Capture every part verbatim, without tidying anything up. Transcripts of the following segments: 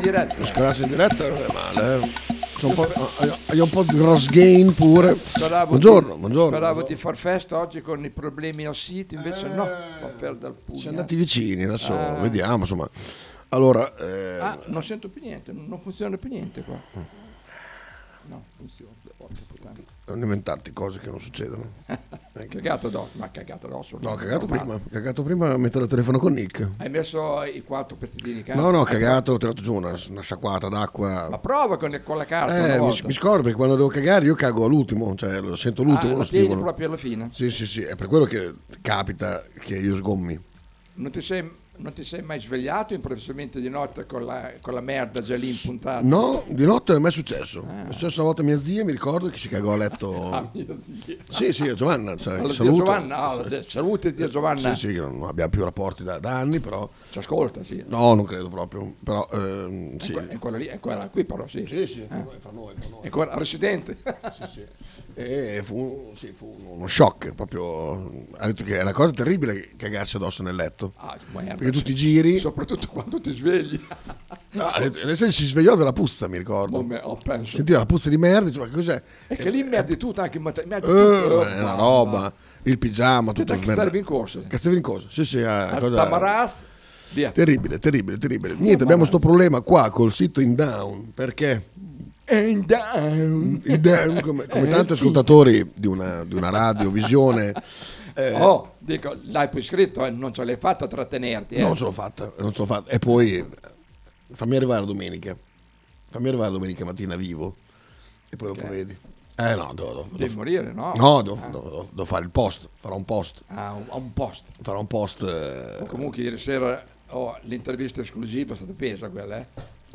diretta. Mascherarsi in diretta non è male, eh. C'è un po', hai un po' di gross gain pure. Speravo Buongiorno, di, buongiorno. Speravo di far festa oggi con i problemi al sito, invece no. Va per dal Puglia. Siamo andati vicini, adesso Ah. vediamo, insomma. Allora, eh, Ah, non sento più niente, non non funziona più niente qua. No, funziona. Porca puttana. non inventarti cose che non succedono. Cagato addosso, ma cagato addosso. No, cagato prima, cagato prima mentre telefono con Nick. Hai messo i quattro pezzettini di No, no, cagato, ho tirato giù una, una sciacquata d'acqua. Ma prova con, con la carta. una Eh, mi, volta. mi scordo perché quando devo cagare io cago all'ultimo, cioè lo sento l'ultimo, Ah, lo la tieni stimolo. proprio alla fine. Sì, sì, sì, è per quello che capita che io sgommi. Non ti sei, non ti sei mai svegliato improvvisamente di notte con la, con la merda già lì impuntata? No, di notte non è mai successo. Ah. È successo una volta a mia zia, mi ricordo che si cagò a letto. Ah, mia zia. Sì, sì, a Giovanna. Cioè, Alla zia saluto. Giovanna, ah, la zia- salute zia Giovanna. Sì, sì, che non abbiamo più rapporti da, da anni, però. Ci ascolta, sì. No, non credo proprio. Però, ehm, sì. È, que- è quella lì, è quella qui però, sì. Sì, sì, è fra noi, è fra noi. È quella residente. Sì, sì. E fu, sì, fu uno shock, proprio. Ha detto che è una cosa terribile che cagasse addosso nel letto. Ah, merda, Perché tu sì. ti giri. Soprattutto quando ti svegli. Ah, nel senso si svegliò dalla puzza, mi ricordo. Oh, me- oh, penso. Sentiva la puzza di merda, diceva, che cos'è? E che lì merdi tutto, anche merdi Eh, tutto. è una roba, il pigiama, tutto Che starevi in corsa. Castellavi in cosa? Sì, sì, è una Al cosa Tamaras, via. terribile, terribile, terribile. Niente, abbiamo sto problema qua col sito in down, perché And down. in down, come, come Eh, tanti sì. ascoltatori di una, di una radiovisione, eh, Oh, dico, l'hai poi scritto, eh, non ce l'hai fatta a trattenerti. Eh. non ce l'ho fatta, non ce l'ho fatta. E poi eh, fammi arrivare domenica, fammi arrivare domenica mattina vivo e poi lo Ok. provvedi. Eh no, devo, devo, Devi morire, no? no, devo, Ah. devo- devo- devo fare il post, farò un post, Ah, un- a un posto. farò un post. eh, Comunque ieri sera oh, l'intervista esclusiva è stata pesa quella, eh.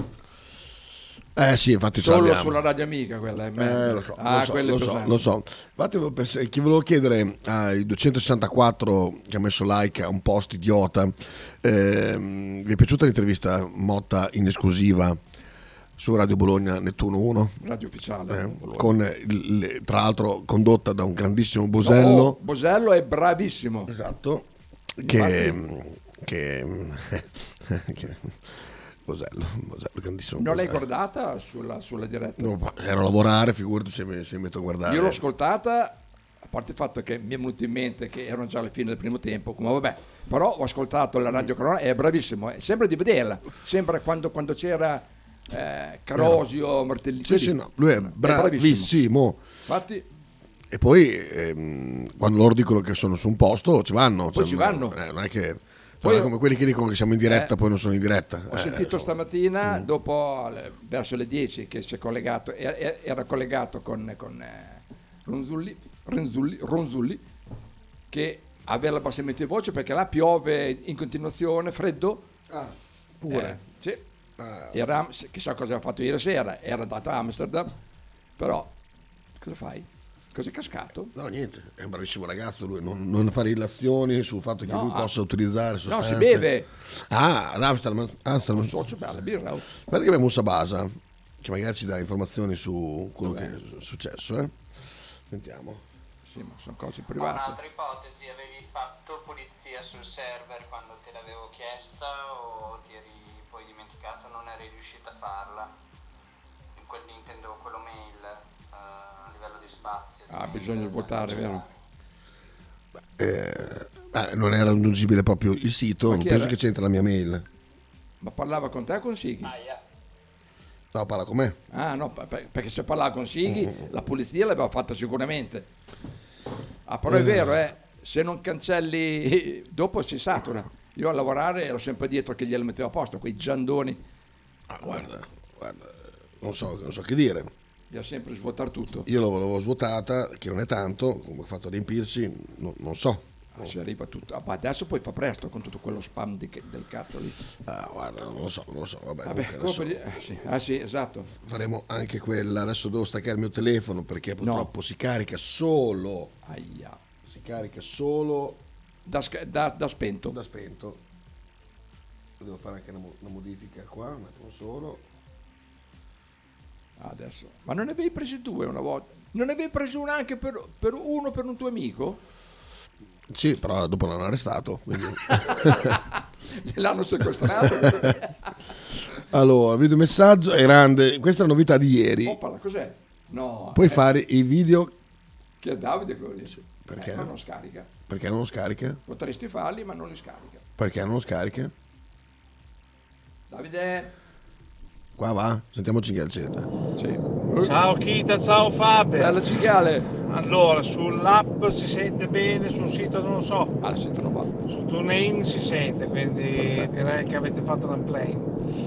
Eh sì, infatti ce Solo l'abbiamo. sulla radio amica quella, eh. Eh, lo so, ah, lo so, quella è lo so, pesante. lo so. Infatti volevo pens- chi volevo chiedere ai duecentosessantaquattro che ha messo like a un post idiota, ehm, vi è piaciuta l'intervista Motta in esclusiva su Radio Bologna Nettuno uno? Radio ufficiale. Eh, Bologna. con il- le- tra l'altro condotta da un grandissimo Bosello. Oh, Bosello è bravissimo. Esatto. Che, che, che Bosello, Bosello, grandissimo. Non l'hai Bosello. guardata sulla, sulla diretta? No, ero a lavorare, figurati se mi, se mi metto a guardare. Io l'ho ascoltata, a parte il fatto che mi è venuto in mente che erano già alla fine del primo tempo, come vabbè, però ho ascoltato la radio Corona, è bravissimo, eh, sembra di vederla, sembra quando, quando c'era eh, Carosio, Martellini. Sì, sì, no, lui è bravissimo. Infatti, E poi ehm, quando loro dicono che sono su un posto ci vanno. Poi ci vanno. eh, non è che Poi- non è come quelli che dicono che siamo in diretta Eh, poi non sono in diretta. ho Eh, sentito insomma. stamattina, dopo le- verso le dieci, che si è collegato, era, era collegato con, con eh, Ronzulli, Ronzulli, Ronzulli, che aveva l'abbassamento di voce perché là piove in continuazione, freddo. Ah, pure. Eh, sì. Ah. Era, chissà cosa ha fatto ieri sera, era andato a Amsterdam, però cosa fai? Cosa è cascato? No, niente, è un bravissimo ragazzo lui, non, non fare illazioni sul fatto che No, lui ah. possa utilizzare No, sostanze. si beve. Ah, ad Amsterdam. Amsterdam. Non so, c'è bella birra. oh. Guarda che abbiamo Sabasa, che magari ci dà informazioni su quello Vabbè. che è successo. Eh? Sentiamo. Sì, ma sono cose Ho private. un'altra ipotesi, avevi fatto pulizia sul server quando te l'avevo chiesta o ti eri poi dimenticato, non eri riuscito a farla? In quel, intendo quello mail eh, a livello di spazio. di Ah, mail bisogna da svuotare, vero? Eh, eh, non era raggiungibile proprio il sito, Ma non chi penso era? che c'entra la mia mail. Ma parlava con te o con Sighi? Aia. No, parla con me. Ah, no, per- perché se parlava con Sighi, Mm. la pulizia l'aveva fatta sicuramente. Ah, però è Eh. vero, eh, se non cancelli, dopo si satura. Io a lavorare ero sempre dietro che glielo mettevo a posto, quei giandoni, Ah, guarda, guarda, non so, non so che dire. bisogna sempre svuotare tutto. Io l'avevo svuotata, che non è tanto, come ho fatto a riempirci, no- non so. Ah, si arriva tutto. Ah, ma adesso poi fa presto con tutto quello spam di- del cazzo lì. Ah, guarda, non lo so, non lo so. Vabbè, Vabbè, comunque colpa adesso di- eh, sì. Ah sì, esatto. faremo anche quella. Adesso devo staccare il mio telefono perché purtroppo si carica solo. Aia. Si carica solo Da, sca- da- da spento. da spento. Devo fare anche una, mo- una modifica qua, un attimo solo. Adesso. Ma non ne avevi presi due una volta? Non ne avevi preso una anche per, per uno per un tuo amico? Sì, però dopo l'hanno arrestato. Quindi... L'hanno sequestrato? Allora, videomessaggio è grande. Questa è la novità di ieri. Oppala, cos'è? No. Puoi eh, fare i video. Che è Davide quello lì. Perché? Eh, ma non scarica. Perché non lo scarica? Potresti farli, ma non li scarica. Perché non lo scarica? Davide. Qua va, sentiamo Cinghiale Celta. Sì. Ciao Kita, ciao Faber. Bella cinghiale. Allora, sull'app si sente bene, sul sito non lo so. Ah, si trova. Su TuneIn si sente, quindi Perfetto. direi che avete fatto un play.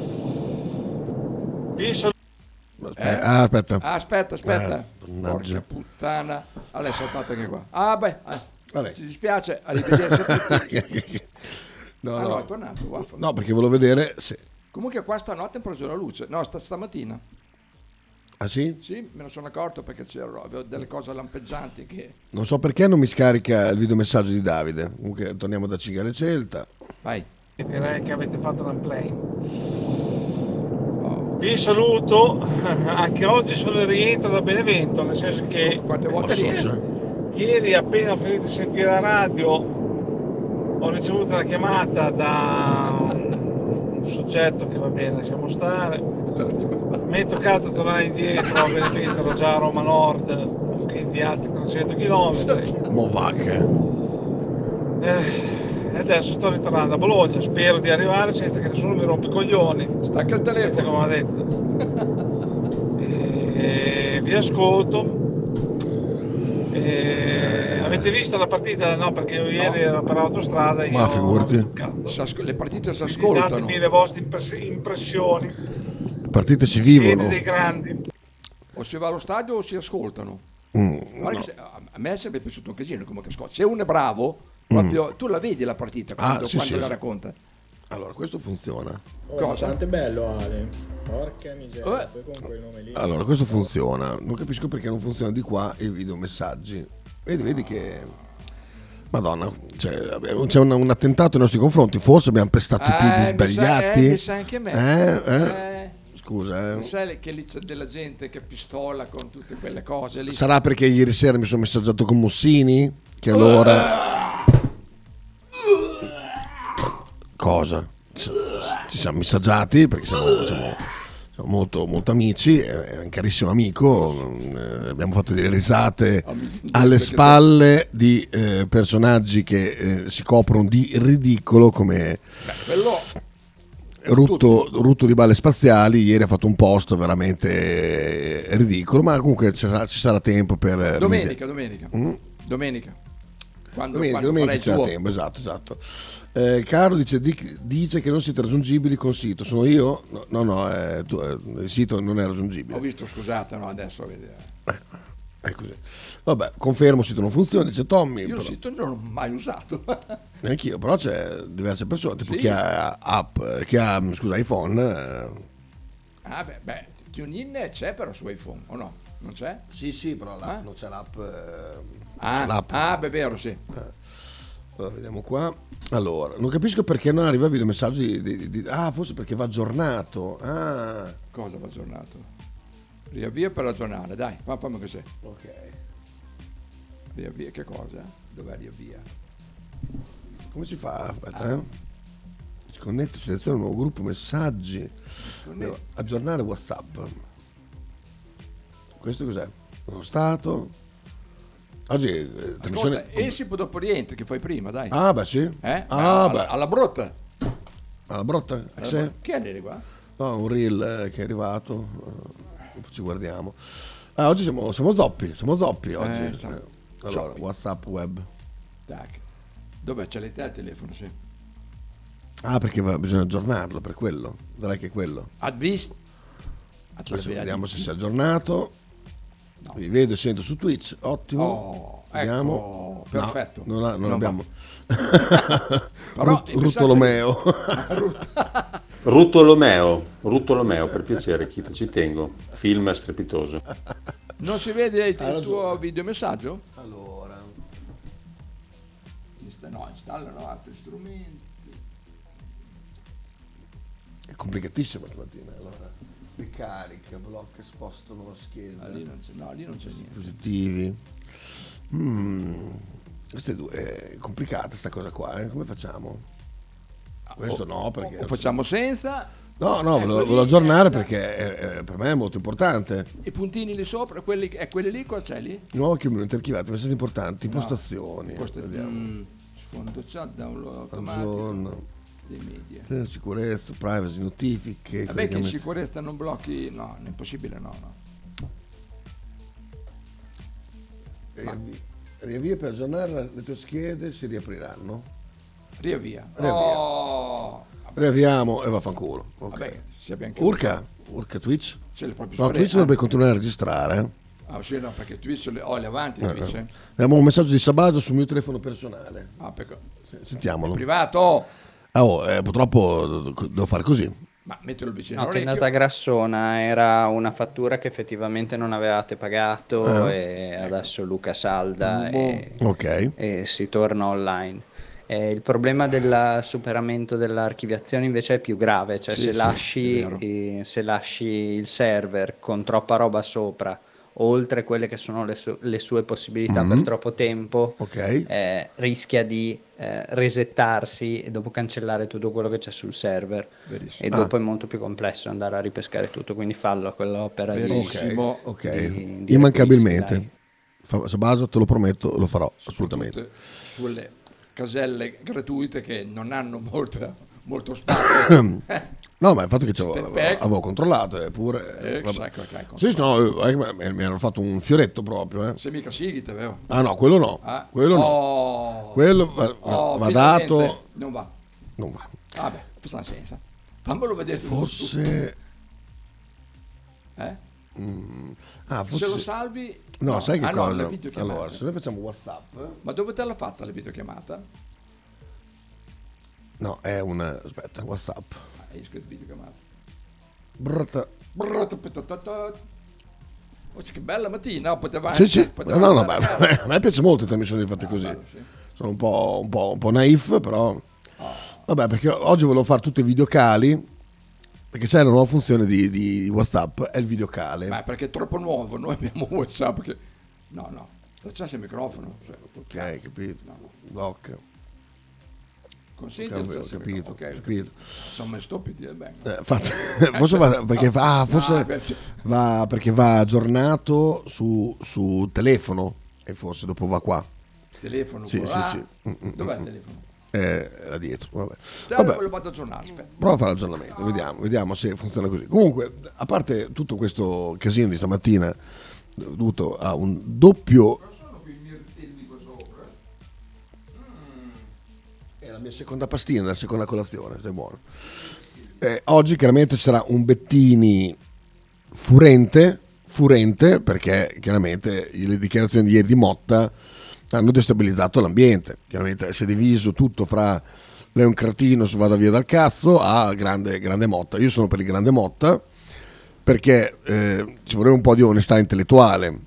Vi saluto. Eh, ah, aspetta. Ah, aspetta, aspetta. Eh, mannaggia. Porca puttana. Allora è saltato anche qua. Ah, beh. eh, Vabbè. Ci dispiace. Arrivederci a tutti. no, Ah, no. no, è tornato. Vaffanculo. No, perché volevo vedere se... Comunque qua stanotte hanno preso la luce. No, sta, stamattina. Ah sì? Sì, me ne sono accorto perché c'erano avevo delle cose lampeggianti che... Non so perché non mi scarica il videomessaggio di Davide. Comunque torniamo da Cinghiale Celta. Vai. Direi che avete fatto un play. Oh. Vi saluto, anche oggi sono in rientro da Benevento, nel senso che Quante volte Posso- rientri? se- ieri appena ho finito di sentire la radio ho ricevuto una chiamata da un soggetto che va bene, lasciamo stare. Mi è toccato tornare indietro a Benevento, ero già a Roma Nord, quindi altri trecento chilometri. Mo vacche. Eh, e adesso sto ritornando a Bologna, spero di arrivare senza che nessuno mi rompa i coglioni. Stacca il Vedete telefono. come ho detto. E vi ascolto. E avete visto la partita? No, perché io ieri ero per autostrada e Ma io non ho figurati. visto un cazzo. Si asco- Le partite si Quindi ascoltano. datemi le vostre impress- impressioni. Le partite si Siete vivono. dei grandi. O si va allo stadio o si ascoltano. Mm, Guarda no. che se- a a me è sempre piaciuto un casino come che ascolta. Se uno è bravo, proprio, tu la vedi la partita quando, Mm. Ah, sì, quando sì, la sì. racconta. Allora, questo funziona. Oh, Cosa? quanto è bello Ale. Porca miseria, Eh. poi con quel nome lì. Allora, questo funziona. Non capisco perché non funziona di qua il videomessaggi. Vedi, vedi che... Madonna, cioè, c'è un, un attentato nei nostri confronti. Forse abbiamo pestato i piedi Eh, mi sa- sbagliati. eh, mi sa anche me. Eh, eh. Eh, Scusa, eh. sai che lì c'è della gente che pistola con tutte quelle cose lì. Sarà perché ieri sera mi sono messaggiato con Mussini? Che allora... Cosa? Ci ci siamo messaggiati perché siamo, siamo, siamo molto, molto amici, è un carissimo amico, eh, abbiamo fatto delle risate Amici, alle perché- spalle di eh, personaggi che eh, si coprono di ridicolo come Beh, quello Rutto, Rutto di Balle Spaziali. Ieri ha fatto un post veramente eh, ridicolo, ma comunque ci sarà, ci sarà tempo per... eh, domenica, domenica. Mm? Domenica. Quando, Domenica, quando domenica farai c'è il tuo. tempo, esatto, esatto. Eh, Caro dice, di- dice che non siete raggiungibili col sito. Sono io? No, no, no, eh, tu- eh, il sito non è Ho raggiungibile. visto, scusate, no, adesso vedi. eh. È così. Vabbè, confermo, il sito non funziona, dice Tommy. Io il però- sito non l'ho mai usato. Neanch'io, però c'è diverse persone, tipo Sì. chi ha app, eh, chi ha, scusa, iPhone. eh. Ah, beh, beh, TuneIn c'è però su iPhone, o no? Non c'è? Sì, sì, però l'app, Ah? non c'è l'app. eh, Ah, c'è l'app. ah, beh, vero, sì. Allora, vediamo qua. Allora, non capisco perché non arriva il videomessaggio di, di- di- ah, forse perché va aggiornato. Ah, Cosa va aggiornato? Riavvia per aggiornare, dai, fa- fammi così. ok. Riavvia, che cosa? Dov'è riavvia? Come si fa? Aspetta, eh. Si connette, seleziona un nuovo gruppo, messaggi. Devo aggiornare WhatsApp. Questo cos'è? Uno stato. Oggi eh, trasmissione- Ascolta, e si può dopo rientri che fai prima, dai. Ah, beh, sì. Eh? Ah, alla, beh. alla brutta. Alla brotta? Eh, Alla sì. brutta. Che è qua? No, un reel eh, che è arrivato. eh, dopo ci guardiamo. Ah, oggi siamo, siamo zoppi, siamo zoppi oggi. Eh, siamo Eh, allora, zoppi. WhatsApp web. Tac. Dov'è? Ce l'hai te al telefono, sì. Ah, perché va- bisogna aggiornarlo per quello. Direi che è quello. Ha visto? Ah, te Adesso l'avevi vediamo detto. se si è aggiornato. No. Vi vedo e sento su Twitch, ottimo. Oh, Vediamo. ecco, perfetto. No, non, ha- non Non abbiamo. Però Rut- il messaggio- Ruttolomeo. Ruttolomeo, Ruttolomeo, per piacere, Chita, ci tengo. Film strepitoso. Non si vede il, Hai il tuo ragione. videomessaggio? Allora, Insta- No, installano altri strumenti. è complicatissimo stamattina. Allora, ricarica, blocca, sposta nuova scheda. Ah, lì non c'è, no, lì non c'è niente. Dispositivi. Mm, queste due è complicata sta cosa qua, eh? Come facciamo? Questo O- no, perché o facciamo senza No, no, Ecco, volevo, lì, volevo aggiornare eh, perché è- è- per me è molto importante. I puntini lì sopra, quelli, è quelli lì, cosa c'è lì? Nuovo chiuso, archiviati, messaggi importanti, No. impostazioni. Impostazioni. Vediamo. Mm, sfondo chat, download automatico Aggiorno. dei media. Eh, Sicurezza, privacy, notifiche. Vabbè che in collegamenti. sicurezza non blocchi, no, è impossibile, no, no. Riavvi- Riavvia per aggiornare le tue schede, si riapriranno. Riavvia. Riavvia. Oh, vabbè, Riavviamo e vaffanculo. Ok. vabbè, si abbia anche Urca, Urca Twitch. c'è le proprie No, sorelle. Twitch dovrebbe continuare a registrare. eh. Ah, sì, no, perché Twitch le, ho le avanti, Eh, Twitch. eh. eh. Abbiamo un messaggio di Sabaggio sul mio telefono personale. Ah, perché Se- Sentiamolo. privato. Ah, oh, eh, purtroppo devo fare così. Ma mettilo vicino No, che è all'orecchio. andata grassona, era una fattura che effettivamente non avevate pagato Ah. e adesso Luca salda e, Ok. e si torna online. Eh, il problema del superamento dell'archiviazione invece è più grave, cioè Sì, se, sì, lasci, è vero. eh, se lasci il server con troppa roba sopra, oltre quelle che sono le, su- le sue possibilità Mhm. per troppo tempo, Ok. eh, rischia di eh, resettarsi e dopo cancellare tutto quello che c'è sul server. Verissimo. E dopo è molto più complesso andare a ripescare tutto, quindi fallo quell'opera di, Verissimo. Ok. di- di Immancabilmente. requisti, Fa- Sabaggio, te lo prometto, lo farò assolutamente. Soprattutto sulle caselle gratuite che non hanno molta, molto spazio. No, ma il fatto che c'avevo, Step avevo controllato, eppure. Eh, vabbè. sai cosa che hai Sì, no, eh, mi, mi hanno fatto un fioretto proprio. Eh. Se mica sighi, te vero? Ah no, quello no. Ah. Quello no. Oh. Quello va, Oh, va finalmente. dato. Non va. Non va. Vabbè, fa senza. Fammelo vedere tutto. Forse. Eh? mm, ah, Se lo forse. salvi... No, sai che ah, no, cosa? le videochiamate. Allora, se noi facciamo WhatsApp. Ma dove te l'ha fatta la videochiamata? No, è un. Aspetta, WhatsApp. Ah, hai scritto videochiamata. Brrrt. Oh, che bella mattina, poteva Sì, sì. poteva No, no, andare beh, a casa. a me piace molto le trasmissioni fatte Ah, così. bello, sì. Sono un po', un po', un po' naif, però. Ah. Vabbè, perché oggi volevo fare tutte videocali. Perché c'è la nuova funzione di, di WhatsApp, è il videocale. Ma è perché è troppo nuovo, noi abbiamo WhatsApp che... No, no, c'è il microfono. Cioè, Ok, capito. No, no. Blocca. Consenti Ho il capito, stesso ho capito, microfono, ok, ho capito. Sono stupidi, eh, beh. Eh, infatti, forse va, perché, va, ah, forse No, beh, sì. va, perché va aggiornato su, su telefono e forse dopo va qua. Telefono, Sì, quello sì, là. sì. Mm, mm, Dov'è il mm. telefono? Eh, là dietro. Vabbè. Dai, Vabbè, lo vado ad aggiornare, aspetta. prova a fare l'aggiornamento, vediamo, vediamo se funziona così. Comunque, a parte tutto questo casino di stamattina dovuto a un doppio. Sono qui i mirtilli qua sopra. È la mia seconda pastina, la seconda colazione, sei buono. Eh, oggi chiaramente sarà un Bettini furente, furente perché chiaramente le dichiarazioni di ieri di Motta hanno destabilizzato l'ambiente. Chiaramente si è diviso tutto fra Leon Cratino su vada via dal cazzo a grande, grande Motta. Io sono per il grande Motta perché eh, ci vorrebbe un po' di onestà intellettuale.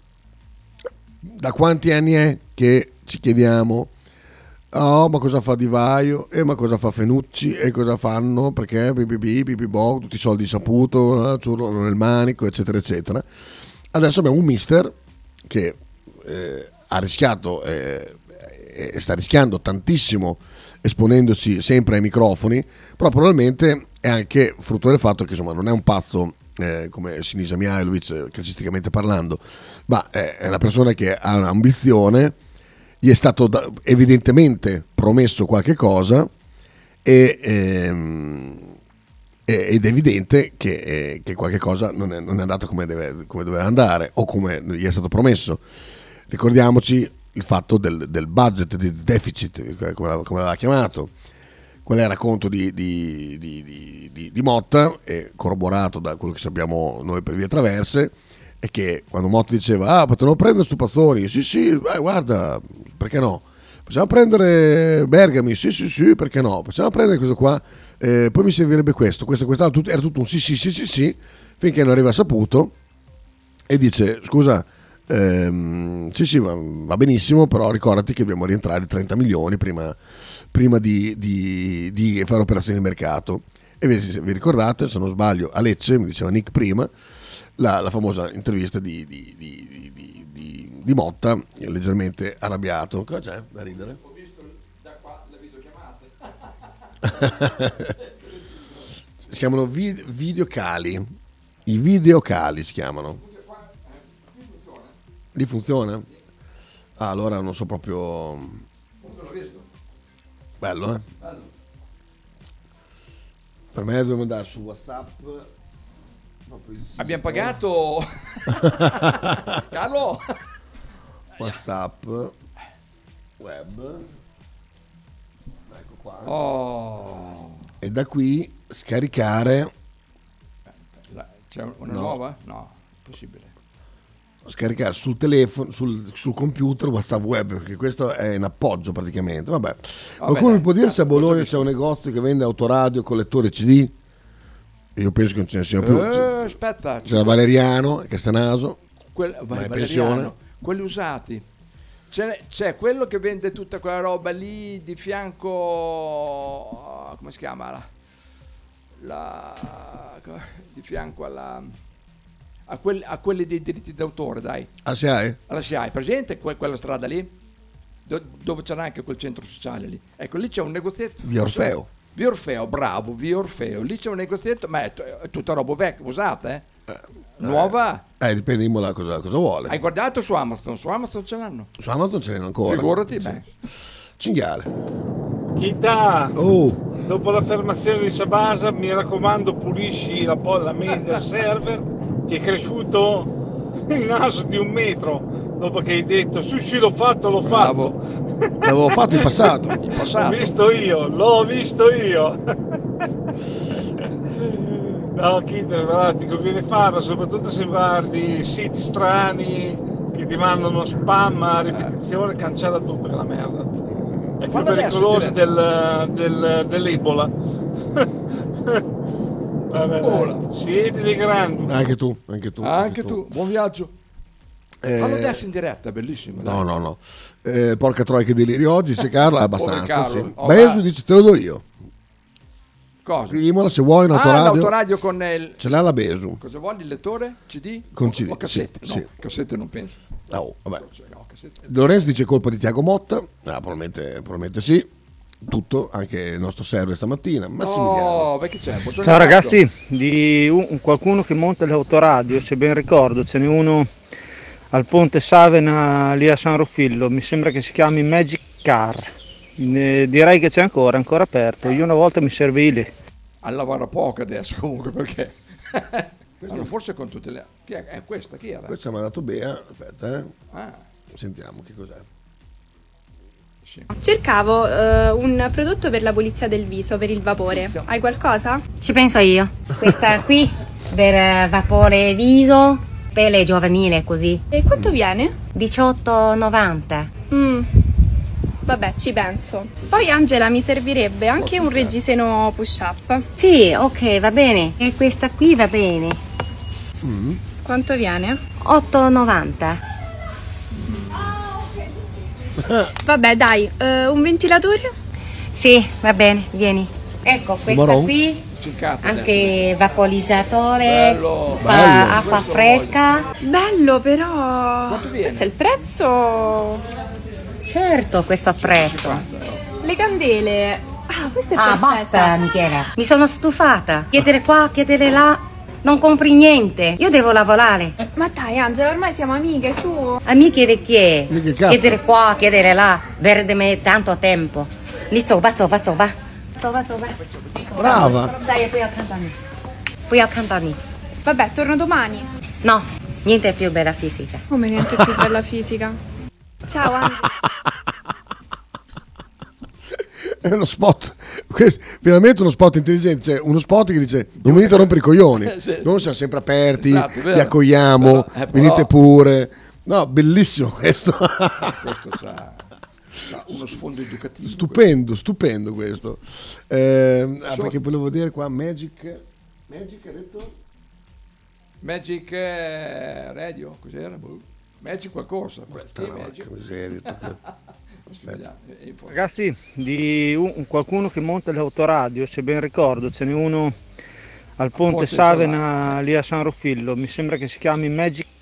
Da quanti anni è che ci chiediamo oh, ma cosa fa Di Vaio? E ma cosa fa Fenucci? E cosa fanno? Perché pipipi, pipibo, tutti i soldi saputo, ci urlano nel manico, eccetera, eccetera. Adesso abbiamo un mister che eh, ha rischiato e eh, sta rischiando tantissimo esponendosi sempre ai microfoni, però probabilmente è anche frutto del fatto che insomma non è un pazzo eh, come Sinisa Mihajlovic calcisticamente parlando, ma è, è una persona che ha un'ambizione, gli è stato da, evidentemente promesso qualche cosa e, ehm, ed è evidente che, eh, che qualche cosa non è, non è andata come, deve, come doveva andare o come gli è stato promesso. Ricordiamoci il fatto del, del budget, del deficit, come, come l'aveva chiamato, qual è il racconto di, di, di, di, di, di Motta, e corroborato da quello che sappiamo noi per vie traverse, è che quando Motta diceva ah potevano prendere Stupazzoni, sì sì, beh, guarda, perché no? Possiamo prendere Bergami, sì sì sì, perché no? Possiamo prendere questo qua, eh, poi mi servirebbe questo, questo, quest'altro, era tutto un sì sì sì sì sì, finché non arriva Saputo e dice scusa, ehm, sì sì va, va benissimo, però ricordati che dobbiamo rientrare trenta milioni prima, prima di, di, di fare operazioni di mercato. E vi, vi ricordate, se non sbaglio, a Lecce, mi diceva Nick prima, la, la famosa intervista di, di, di, di, di, di Motta, leggermente arrabbiato. Cosa c'è da ridere? Ho visto da qua le videochiamate. si chiamano vid- videocali. I videocali si chiamano. Lì funziona? Ah, allora non so proprio. Bello, eh? Per me dobbiamo andare su WhatsApp. Abbiamo pagato Carlo. WhatsApp web. Ecco qua. Oh. E da qui scaricare. La- C'è una No. nuova? No, possibile. Scaricare sul telefono, sul, sul computer WhatsApp web, perché questo è in appoggio praticamente. Vabbè. Qualcuno dai, mi può dire se a appoggio Bologna di- c'è un negozio che vende autoradio con lettore C D? Io penso che non ce ne siano più. Eh, C'è- aspetta, C'era Valeriano, Castenaso. quel, Ma è Valeriano, pensione? quelli usati. C'è, c'è quello che vende tutta quella roba lì di fianco, come si chiama? La, la- di fianco alla, a, quel- a quelli dei diritti d'autore, dai. Ah, se hai? Alla S I A I, presente que- quella strada lì? Do- dove c'era anche quel centro sociale lì. Ecco, lì c'è un negozietto. Via Orfeo. Via Orfeo, bravo, Via Orfeo. Lì c'è un negozietto, ma è, è tutta roba vecchia, usata, eh? Nuova. Eh, dipende Imola cosa, cosa vuole. Hai guardato su Amazon? Su Amazon ce l'hanno. Su Amazon ce n'è ancora. Figurati, Sì. beh. Cinghiale. Chita, Oh, dopo l'affermazione di Sabasa, mi raccomando, pulisci la, po- la mail del server. Ti è cresciuto il naso di un metro dopo che hai detto sì sì l'ho fatto, l'ho fatto. Bravo. l'avevo fatto in passato. In L'ho passato. visto io, l'ho visto io. No, Chita, guarda, ti conviene farlo, soprattutto se guardi siti strani che ti mandano spam a ripetizione, cancella tutto quella merda. È più Fallo adesso, pericoloso direi. del, del, dell'Ebola. Vabbè, Ebola. dai, siete dei grandi. Anche tu, anche tu. Anche tu, buon viaggio. Eh, Fallo adesso in diretta, bellissimo. dai. No, no, no. Eh, porca troia che deliri oggi, c'è Carlo, è Povero abbastanza. Carlo. Sì. Oh, Besu va. dice te lo do io. Cosa? Imola, se vuoi un Ah, autoradio, l'autoradio con il... ce l'ha la Besu. Cosa vuoi? Il lettore? C D? Con O- C D, O cassette? sì, no, sì. cassette non penso. Oh, vabbè. No, cassette. Lorenzo dice colpa di Tiago Motta. Ah, probabilmente, probabilmente sì. Tutto, anche il nostro server stamattina. Massimiliano. Oh, perché c'è? Buongiorno, Ciao ragazzo. ragazzi, di un- qualcuno che monta le autoradio, se ben ricordo, ce n'è uno al ponte Savena lì a San Rufillo, mi sembra che si chiami Magic Car. Ne- direi che c'è ancora, ancora aperto. Io una volta mi servii lì. A lavorare poco adesso comunque perché... allora, forse con tutte le... Chi è? È questa? Chi era? Questo mi ha dato Bea. Aspetta, eh. Ah, Sentiamo che cos'è. sì. Cercavo eh, un prodotto per la pulizia del viso, per il vapore. Viso. Hai qualcosa? Ci penso io. Questa qui per eh, vapore viso, pelle giovanile così. E quanto viene? diciotto e novanta. Mm, vabbè, ci penso. Poi Angela mi servirebbe anche un reggiseno push-up. Sì, ok, va bene. E questa qui va bene. Quanto viene? otto e novanta. Vabbè, dai, eh, un ventilatore? Sì, va bene, vieni. Ecco, questa Marron. qui, Si incazza anche vaporizzatore, Bello. fa Bello. acqua Questo fresca. Bello, però. Quanto viene? Questo è il prezzo? Certo, questo prezzo. Le candele. Ah, questo è Ah, perfetta. basta, Michela. Mi sono stufata. Chiedere qua, chiedere là. Non compri niente. Io devo lavorare. Ma dai, Angela, ormai siamo amiche, su. A me chiede chi è. Mica il cazzo. Chiedere qua, chiedere là. Perdere tanto tempo. Lì, zova, zova, zova. Zova, zova. Brava. Dai, qui accanto a me. Qui accanto a me. Vabbè, torno domani. No, niente più bella fisica. Come niente più per la fisica. Ciao, Angela. È uno spot. Questo- finalmente uno spot intelligente. Cioè, uno spot che dice: non venite a rompere i coglioni. Sì. Noi siamo sempre aperti, Esatto, è vero. vi accogliamo, Però- eh, però- venite pure. No, bellissimo questo. Questo c'ha, c'ha uno sfondo educativo. Stupendo, stupendo questo. Eh, ah, perché volevo dire qua Magic. Magic ha detto? Magic eh, Radio, cos'era? Boh. Magic qualcosa. Sì, Magic. Porca miseria, tocca- Vediamo, eh, info. Ragazzi, di un- qualcuno che monta le autoradio, se ben ricordo, ce n'è uno al ponte Ponte Savena lì a San Rufillo, mi sembra che si chiami Magic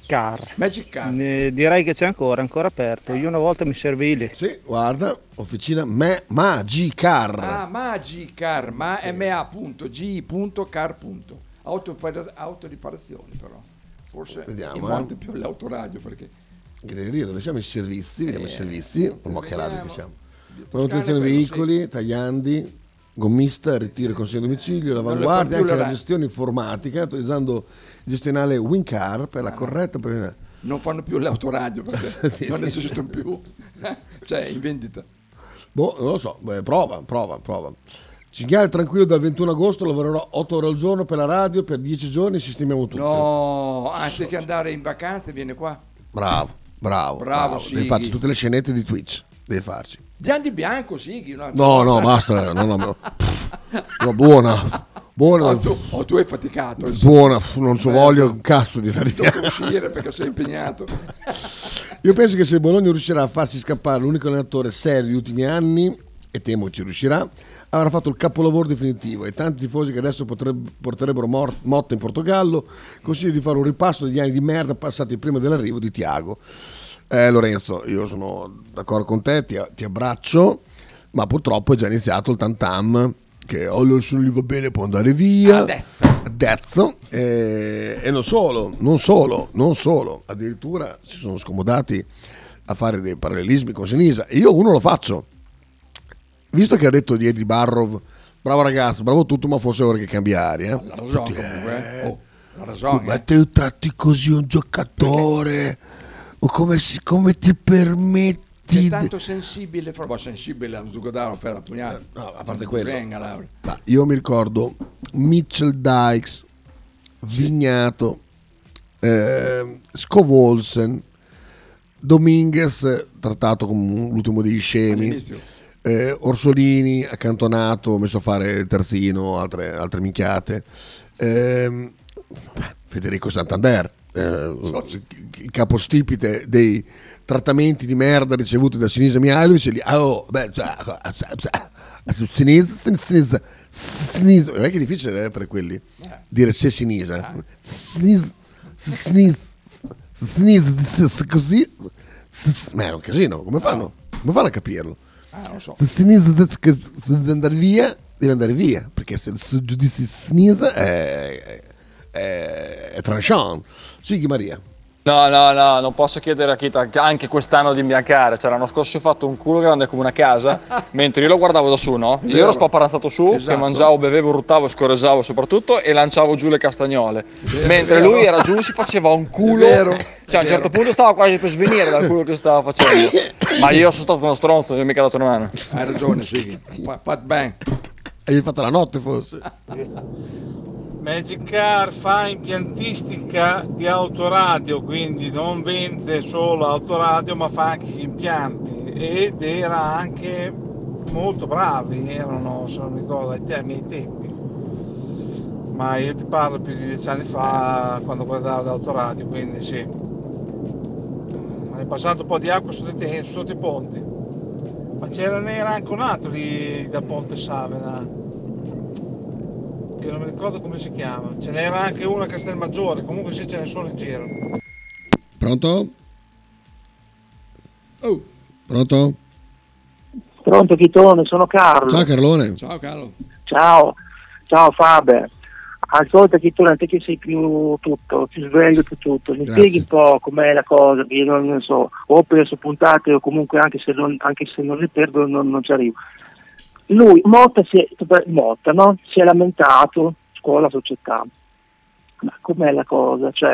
Car. Magic Car. Eh, direi che c'è ancora, ancora aperto. Io una volta mi servii lì. Sì, guarda, officina Me- Magicar. Ah, Magicar, ma M A punto G punto car punto. Autoripara- Autoriparazioni però. Forse Vediamo, in eh. molte più l'autoradio perché Galleria, dove siamo i servizi? Vediamo Eh, i servizi. Ma che radio che vediamo. siamo? Toscana Manutenzione è quello, veicoli, tagliandi, gommista, ritiro e consegna a domicilio, l'avanguardia, più anche le la ra- gestione informatica, utilizzando il gestionale WinCar per la corretta pre- non fanno più l'autoradio perché non esistono più. Cioè, in vendita. Boh, non lo so, beh, prova, prova, prova. Cinghiale tranquillo dal ventuno agosto, lavorerò otto ore al giorno per la radio, per dieci giorni sistemiamo tutto. No, anziché andare in vacanze viene qua. Bravo, bravo, bravo. Sighi. Devi farci tutte le scenette di Twitch, devi farci. Dian di bianco, Sighi. No, No, no, basta, no, no, no. No, buona, buona. Oh, tu, oh, tu hai faticato. Buona, non ci Bello. voglio un cazzo di Devo uscire perché sei impegnato. Io penso che se Bologna riuscirà a farsi scappare l'unico allenatore serio degli ultimi anni, e temo ci riuscirà, avrà fatto il capolavoro definitivo e tanti tifosi che adesso potreb- porterebbero mor- Motta in Portogallo consiglio di fare un ripasso degli anni di merda passati prima dell'arrivo di Thiago. Eh, Lorenzo, io sono d'accordo con te, ti, ti abbraccio, ma purtroppo è già iniziato il tantam che oh, se non gli va bene può andare via Adesso. adesso e, e non solo, non solo, non solo, addirittura si sono scomodati a fare dei parallelismi con Sinisa e io uno lo faccio. Visto che ha detto di Eddie Barrow, bravo ragazzo, bravo tutto, ma forse ora che cambi aria. La ragione comunque. Oh, la ragione. Ma te tratti così un giocatore? O come, si, come ti permetti? È tanto sensibile, proprio sensibile a Zucodaro per la pugnale. No, a parte quello. Venga, Laura. Ma io mi ricordo Mitchell Dykes, Vignato, eh, Scovolsen, Dominguez, trattato come l'ultimo degli scemi. All'inizio. Eh, Orsolini accantonato, messo a fare il terzino, altre, altre minchiate. Eh, Federico Santander, eh, il capostipite dei trattamenti di merda ricevuti da Sinisa Mihajlovic. E lì, oh, beh, Sinisa, Sinisa, Sinisa. Non è che è difficile eh, per quelli dire se Sinisa, Sinisa, Sinisa, Sinisa, così. Ma è un casino, come fanno? Come fanno a capirlo? Ah, non so. Se Sinisa deve andare via, deve andare via, perché se il suo giudizio di Sinisa è, è, è tranchant. Sighi Maria. No, no, no, non posso chiedere a Kita anche quest'anno di imbiancare. Cioè, l'anno scorso ho fatto un culo grande come una casa, mentre io lo guardavo da su, no? Io ero spaparanzato su, Esatto. che mangiavo, bevevo, ruttavo, scorreggiavo soprattutto e lanciavo giù le castagnole. Vero, mentre vero. lui era giù, si faceva un culo. È vero, Cioè, a un è certo vero. punto stava quasi per svenire dal culo che stava facendo. Ma io sono stato uno stronzo, non mi ho mica dato una mano. Hai ragione, Sighi. Fa- Fat bang. Hai fatto la notte forse? Magic Car fa impiantistica di autoradio, quindi non vende solo autoradio ma fa anche gli impianti ed era anche molto bravi, erano se non mi ricordo ai, te- ai miei tempi, ma io ti parlo più di dieci anni fa quando guardavo l'autoradio, quindi sì, è passato un po' di acqua sotto i, te- sotto i ponti, ma c'era n'era anche un altro lì da Ponte Savena che non mi ricordo come si chiama, ce n'era anche uno a Castelmaggiore, comunque sì, ce ne sono in giro. Pronto? Oh. Pronto? Pronto Chitone, sono Carlo. Ciao Carlone. Ciao Carlo. Ciao, ciao Faber. Ascolta Chitone, te che sei più tutto, più sveglio più tutto, mi Grazie. spieghi un po' com'è la cosa, che io non, non so, o ho perso puntate o comunque anche se non, anche se non le perdo non, non ci arrivo. Lui, Motta, si è, Motta no? si è lamentato, scuola, società, ma com'è la cosa? Cioè,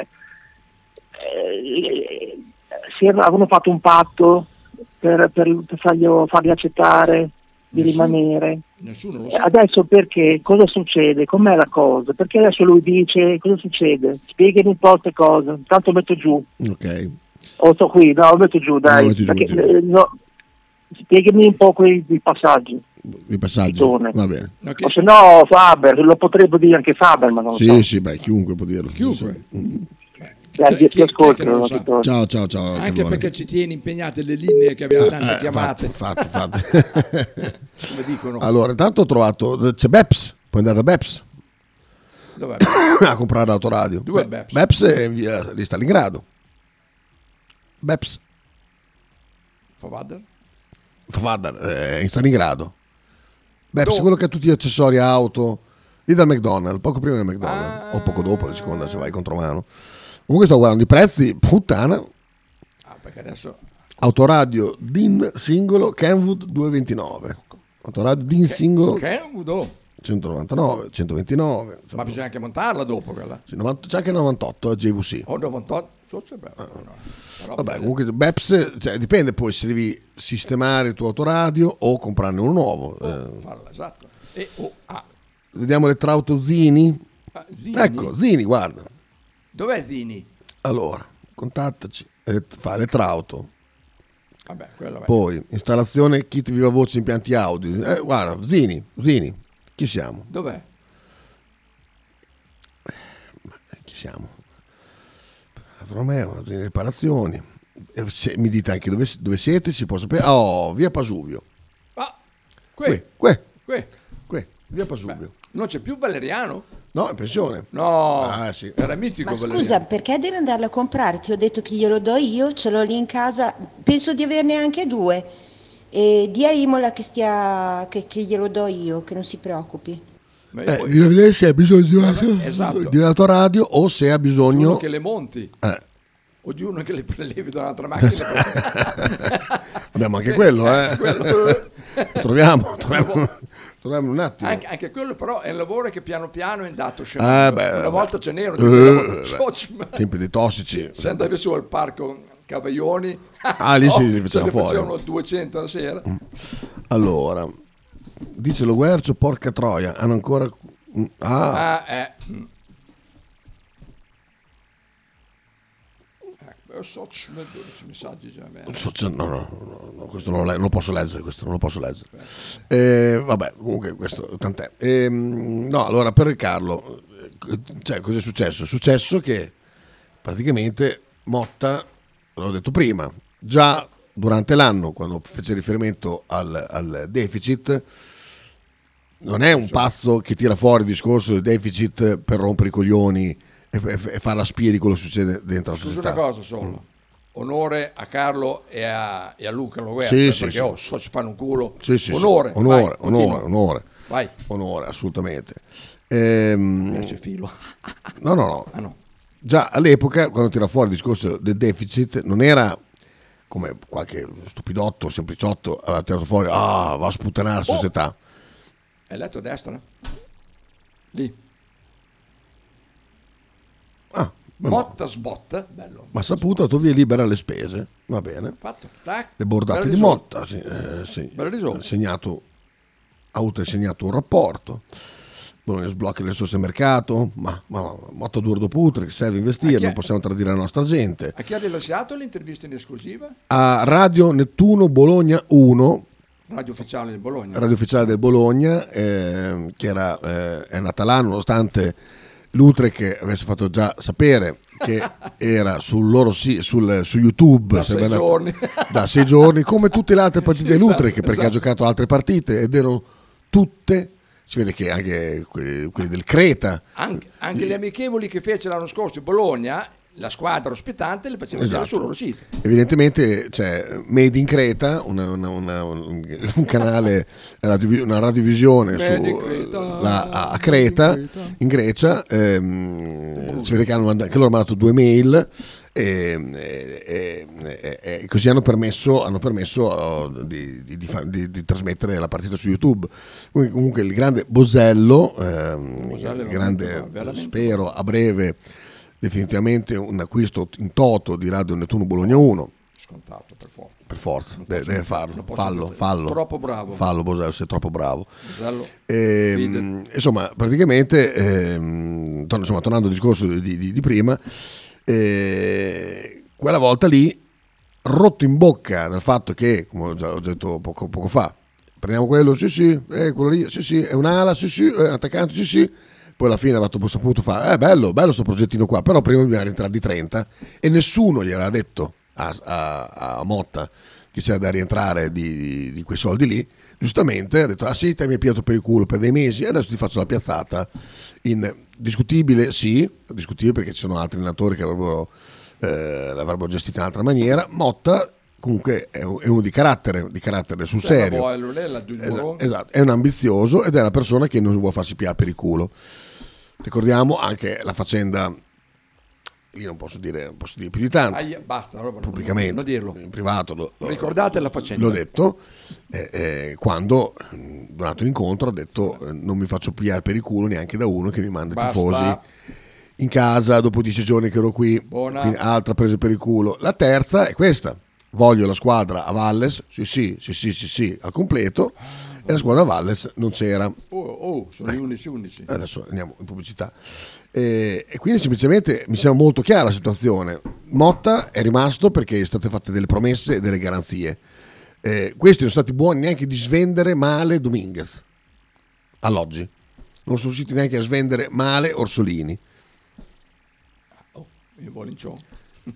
eh, si era- avevano fatto un patto per, per, per fargli, fargli accettare di Nessuno- rimanere. Nessuno lo Eh, sa. Adesso perché? Cosa succede? Com'è la cosa? Perché adesso lui dice cosa succede? Spiegami un po' queste cose, tanto metto giù. Ok. O sto qui, no, lo metto giù, dai. No, metti giù, Perché, metti giù. eh, no, spiegami un po' quei, quei passaggi. I passaggi. Chitone. Va bene. O se no Faber, lo potrebbe dire anche Faber, ma non lo Sì, so. sì, beh, chiunque può dirlo. Chiunque. Sì. Dai, Chi- ti ascolto, chi è che non lo sa? Chitone. Ciao, ciao, ciao. Anche Carlone. perché ci tieni impegnate le linee che abbiamo tante Eh, chiamate. Infatti, infatti, infatti. Come dicono. Allora, intanto ho trovato, c'è Beps, puoi andare da Beps Dov'è? a comprare l'autoradio. Dove è Beh, Beps? Beps è in via di Stalingrado. Beps. Favadder? Favadder, è in Stalingrado. Beps, Dove? quello che ha tutti gli accessori auto, lì dal McDonald's, poco prima del McDonald's, ah. o poco dopo, a seconda se vai contromano. Comunque sto guardando i prezzi, puttana. Ah, perché adesso... Autoradio DIN singolo Kenwood duecentoventinove. Autoradio DIN singolo Kenwood, oh. centonovantanove, centoventinove. Ma bisogna anche montarla dopo quella. Sì, novanta, c'è anche novantotto J V C. Oh, novantotto, so c'è bello, ah. no. Però Vabbè, comunque Beps, cioè, dipende poi se devi sistemare il tuo autoradio o comprarne uno nuovo. Oh, eh. farla, esatto. E, oh, ah. Vediamo le Trauto Zini. Ah, Zini. Ecco, Zini, guarda. Dov'è Zini? Allora, contattaci, fa le Trauto. Vabbè, quello è. Poi, installazione kit viva voce impianti audio. Eh, guarda, Zini, Zini, chi siamo? Dov'è? Chi siamo? Romeo, Zini riparazioni. Eh, se, mi dite anche dove, dove siete, si può sapere. Oh, via Pasuvio. Ah, qui. Qui, qui. qui, via Pasuvio. Beh, non c'è più Valeriano? No, in pensione. No, ah, sì. Era mitico. Ma Valeriano. scusa, perché devi andarlo a comprare? Ti ho detto che glielo do io, ce l'ho lì in casa, penso di averne anche due. E di a Imola che, stia, che, che glielo do io, che non si preoccupi. Eh, bisogna vedere se ha bisogno esatto. di un'autoradio o se ha bisogno... Uno che le monti. Eh. O di uno che le prelevi da un'altra macchina. Abbiamo anche quello, eh. quello. troviamo, troviamo, troviamo un attimo. Anche, anche quello però è un lavoro che piano piano è andato scendendo. Eh, beh, Una beh. volta ce n'erano. Uh, tempi dei tossici. Se andavi su al parco Cavaglioni. Ah, lì oh, si li facevano fuori. facevano duecento la sera. Allora, dice lo Guercio, porca troia, hanno ancora... Ah, ah eh. dodici messaggi già. No, no, no, no, questo non lo, non lo posso leggere, questo non lo posso leggere. Eh, vabbè, comunque questo tant'è. Eh, no, allora per Carlo, cioè, cosa è successo? È successo che praticamente Motta, l'ho detto prima, già durante l'anno, quando fece riferimento al, al deficit, non è un pazzo che tira fuori il discorso del deficit per rompere i coglioni e fare la spia di quello che succede dentro la società. Scusa una cosa solo, mm. onore a Carlo e a, e a Luca Loguerta, sì, perché sì, oh, sì. so ci fanno un culo. Sì, sì, onore, sì. onore, vai, onore, onore, vai. onore, assolutamente. Ehm, c'è filo. no, no, no. Ah, no. Già all'epoca, quando tira fuori il discorso del deficit, non era come qualche stupidotto, sempliciotto, aveva tirato fuori, ah, va a sputtanare la società. Oh. Hai letto a destra? Lì. Ah, Motta sbotta, bello. Ma saputo, tu via libera le spese, va bene. Fatto. Tac. Le bordate di Motta, sì, eh, sì. Ha segnato, ha avuto segnato un rapporto. Bologna sblocca le risorse mercato, ma, ma Motta Durdo Putre, che serve investire, non possiamo tradire la nostra gente. A chi ha rilasciato l'intervista in esclusiva? A Radio Nettuno Bologna uno, radio ufficiale del Bologna. Radio ufficiale del Bologna, eh, che era, eh, è nata là, nonostante l'Utrecht avesse fatto già sapere che era sul loro sì, sul, su YouTube da sei, giorni. da sei giorni, come tutte le altre partite sì, dell'Utrecht, esatto, perché esatto. ha giocato altre partite ed erano tutte. Si vede che anche quelli, quelli del Creta, anche, anche le amichevoli che fece l'anno scorso Bologna, la squadra ospitante le faceva esatto. vedere sul loro sito. Evidentemente c'è Made in Creta, una, una, una, un, un canale, una radiovisione su, la, a, a Creta, in Grecia. Ehm, si vede che, hanno, che loro hanno mandato due mail. E, e, e, e così hanno permesso, hanno permesso di, di, di, di, di trasmettere la partita su YouTube. Comunque il grande Bosello, ehm, Bosello il grande, veramente. spero a breve definitivamente un acquisto in toto di Radio Nettuno Bologna uno. Scontato per forza. Per forza, deve, deve farlo. Fallo, fallo, fallo. Troppo bravo. Fallo Bosello, sei troppo bravo. Bosello, e, insomma, praticamente, ehm, to- insomma, tornando al discorso di, di, di prima, eh, quella volta lì, rotto in bocca dal fatto che, come ho già ho detto poco, poco fa, prendiamo quello, sì sì, eh, quello lì, sì sì, è un'ala, sì sì, è un attaccante, sì sì. Poi alla fine aveva saputo fare, eh bello, bello sto progettino qua, però prima bisogna rientrare di trenta e nessuno gli aveva detto a, a, a Motta che c'era da rientrare di, di, di quei soldi lì. Giustamente ha detto, ah sì, te mi hai piato per il culo per dei mesi e adesso ti faccio la piazzata. In discutibile, sì, discutibile perché ci sono altri allenatori che avrebbero eh, l'avrebbero gestita in un'altra maniera. Motta comunque è, un, è uno di carattere, di carattere sul serio, esatto, esatto, è un ambizioso ed è una persona che non vuole farsi piare per il culo. Ricordiamo anche la faccenda, io non posso dire, non posso dire più di tanto, Aia, basta, allora, pubblicamente, non dirlo. in privato lo, lo, ricordate la faccenda, l'ho detto, eh, eh, quando durante un incontro ha detto eh, non mi faccio pigliare per il culo neanche da uno che mi manda Basta. tifosi in casa dopo dieci giorni che ero qui. Buona. Quindi altra presa per il culo. La terza è questa: voglio la squadra a Valles, sì sì sì sì sì, sì al completo, e la squadra a Valles non c'era. Oh, oh sono ecco. gli undici undici. Adesso andiamo in pubblicità. E, e quindi semplicemente mi sembra molto chiara la situazione. Motta è rimasto perché sono state fatte delle promesse e delle garanzie. Eh, questi non sono stati buoni neanche di svendere male Dominguez all'oggi, non sono riusciti neanche a svendere male Orsolini. Oh, io voglio in ciò.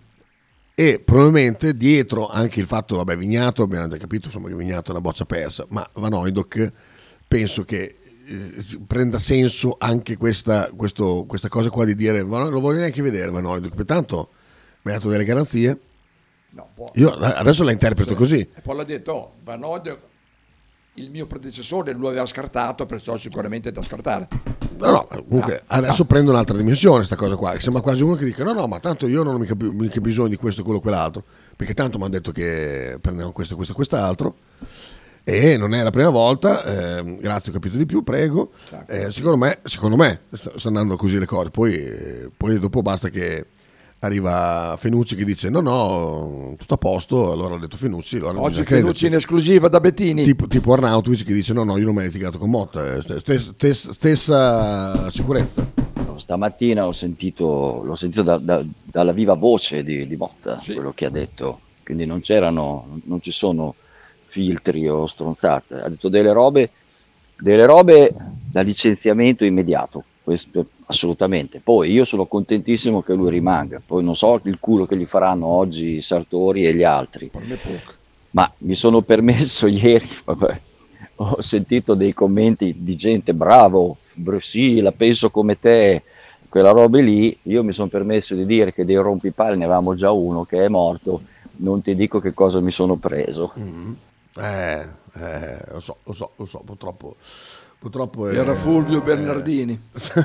E probabilmente dietro anche il fatto, vabbè, Vignato, abbiamo già capito insomma che Vignato è una boccia persa, ma Van Hooijdonk penso che eh, prenda senso anche questa, questo, questa cosa qua di dire ma non lo voglio neanche vedere Van Hooijdonk, pertanto mi ha dato delle garanzie. No, può, io adesso la interpreto sì. così. E poi l'ha detto, oh, Van Hooijdonk, il mio predecessore lo aveva scartato, perciò sicuramente è da scartare. No, no, comunque ah, adesso ah. prende un'altra dimensione questa cosa qua, che sembra quasi uno che dica no, no, ma tanto io non ho mica, mica bisogno di questo, quello, quell'altro, perché tanto mi hanno detto che prendiamo questo, questo, quest'altro, e non è la prima volta, eh, grazie, ho capito di più, prego, eh, secondo me, secondo me stanno andando così le cose, poi, eh, poi dopo basta che arriva Fenucci che dice no no tutto a posto, allora ha detto Fenucci, allora oggi Fenucci in esclusiva da Bettini, tipo, tipo Arnautovic che dice no no io non mi ho litigato con Motta, stessa, stessa, stessa sicurezza. Stamattina ho sentito l'ho sentito da, da, dalla viva voce di, di Motta, sì, quello che ha detto, quindi non c'erano non ci sono filtri o stronzate, ha detto delle robe delle robe da licenziamento immediato, questo assolutamente. Poi io sono contentissimo che lui rimanga, poi non so il culo che gli faranno oggi Sartori e gli altri, ma mi sono permesso ieri, vabbè, ho sentito dei commenti di gente bravo, sì, la penso come te, quella roba lì, io mi sono permesso di dire che dei rompipalle ne avevamo già uno che è morto, non ti dico che cosa mi sono preso. Mm-hmm. Eh, eh, lo so, lo so, lo so, purtroppo Purtroppo è, era Fulvio Bernardini.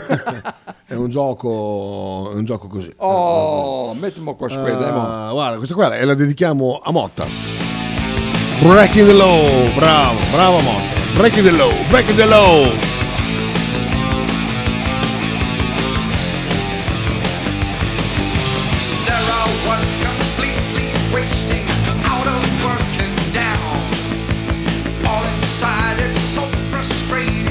È un gioco, è un gioco così. Oh, mettiamo qua uh, guarda, questa qua e la dedichiamo a Motta. Breaking the Law, bravo, bravo Motta. Breaking the Law, breaking the law. There I was completely wasting out of working down. All inside it's so frustrating.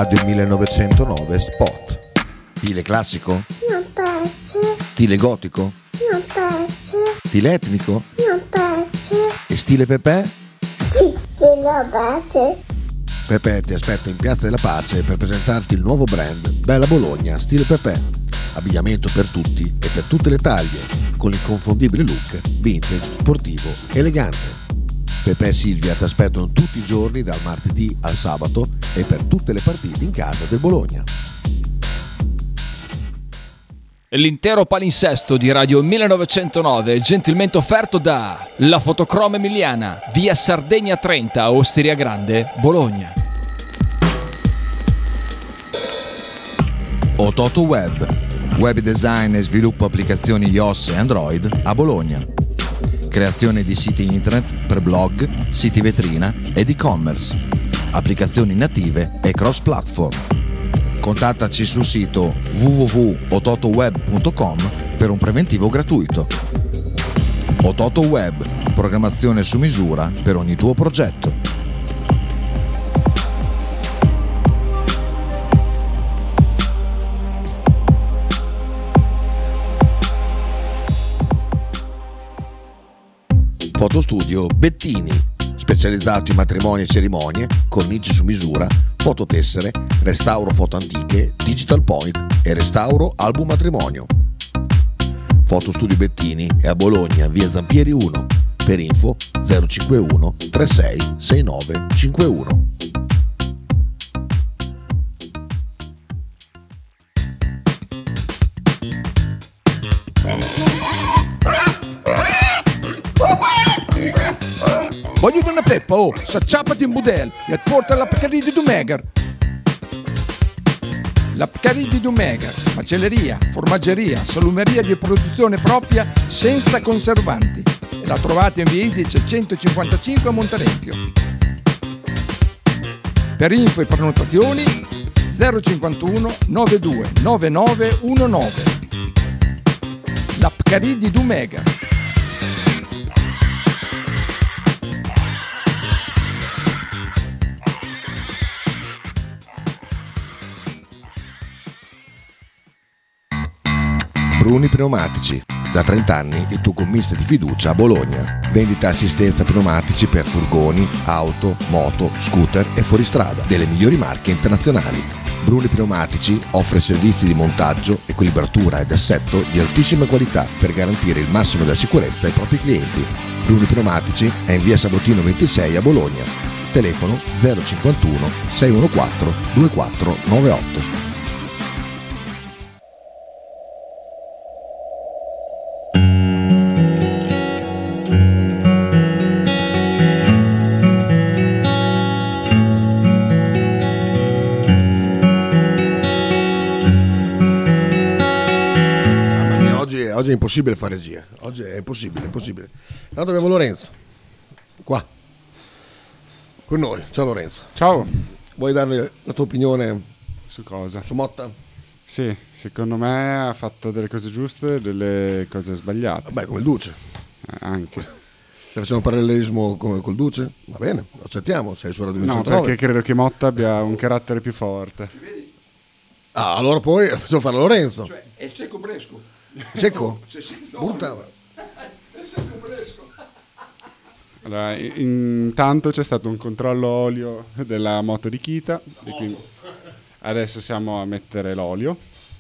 Radio millenovecentonove Spot. Stile classico? Non piace. Stile gotico? Non piace. Stile etnico? Non piace. E stile Pepe? Sì, non piace. Pepe ti aspetta in Piazza della Pace per presentarti il nuovo brand Bella Bologna stile Pepe. Abbigliamento per tutti e per tutte le taglie, con l'inconfondibile look vintage, sportivo, elegante. Pepe e Silvia ti aspettano tutti i giorni dal martedì al sabato e per tutte le partite in casa del Bologna. L'intero palinsesto di Radio millenovecentonove è gentilmente offerto da La Fotocroma Emiliana, via Sardegna trenta, Osteria Grande, Bologna. Ototo Web, web design e sviluppo applicazioni iOS e Android a Bologna. Creazione di siti internet per blog, siti vetrina ed e-commerce, applicazioni native e cross-platform. Contattaci sul sito w w w punto ototoweb punto com per un preventivo gratuito. Ototo Web, programmazione su misura per ogni tuo progetto. Fotostudio Bettini, specializzato in matrimoni e cerimonie, cornici su misura, fototessere, restauro foto antiche, digital point e restauro album matrimonio. Fotostudio Bettini è a Bologna, via Zampieri uno, per info zero cinquantuno trentasei sessantanove cinquantuno. Voglio una peppa, oh, s'acciappati in budel e porta la Pcaridi di Dumegar. La Pcaridi di Dumegar, macelleria, formaggeria, salumeria di produzione propria senza conservanti. E la trovate in via Idice centocinquantacinque a Monterezio. Per info e prenotazioni zero cinquantuno novantadue novantanove diciannove. La Pcaridi di Dumegar. Bruni Pneumatici, da trenta anni il tuo gommista di fiducia a Bologna. Vendita e assistenza pneumatici per furgoni, auto, moto, scooter e fuoristrada delle migliori marche internazionali. Bruni Pneumatici offre servizi di montaggio, equilibratura ed assetto di altissima qualità per garantire il massimo della sicurezza ai propri clienti. Bruni Pneumatici è in via Sabotino ventisei a Bologna. Telefono zero cinquantuno sei uno quattro due quattro nove otto. Oggi è impossibile fare regia, oggi è impossibile, è impossibile. Allora abbiamo Lorenzo, qua, con noi. Ciao Lorenzo. Ciao. Vuoi darmi la tua opinione su cosa? Su Motta? Sì, secondo me ha fatto delle cose giuste e delle cose sbagliate. Beh, come il Duce. Eh, anche. Se facciamo un parallelismo come col Duce, va bene, lo accettiamo, sei su Radio No, centonove. perché credo che Motta abbia un carattere più forte. Ah, allora poi facciamo fare Lorenzo. Cioè, è secco fresco. Secco? Se si sto- Brutta. È secco fresco. Allora, in- intanto c'è stato un controllo olio della moto di Kita e quindi adesso siamo a mettere l'olio.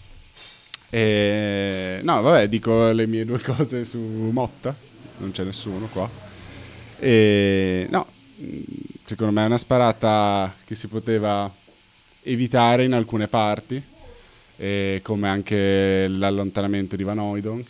E no, vabbè, dico le mie due cose su Motta, non c'è nessuno qua. E no, secondo me è una sparata che si poteva evitare in alcune parti, e come anche l'allontanamento di Van Hooijdonk.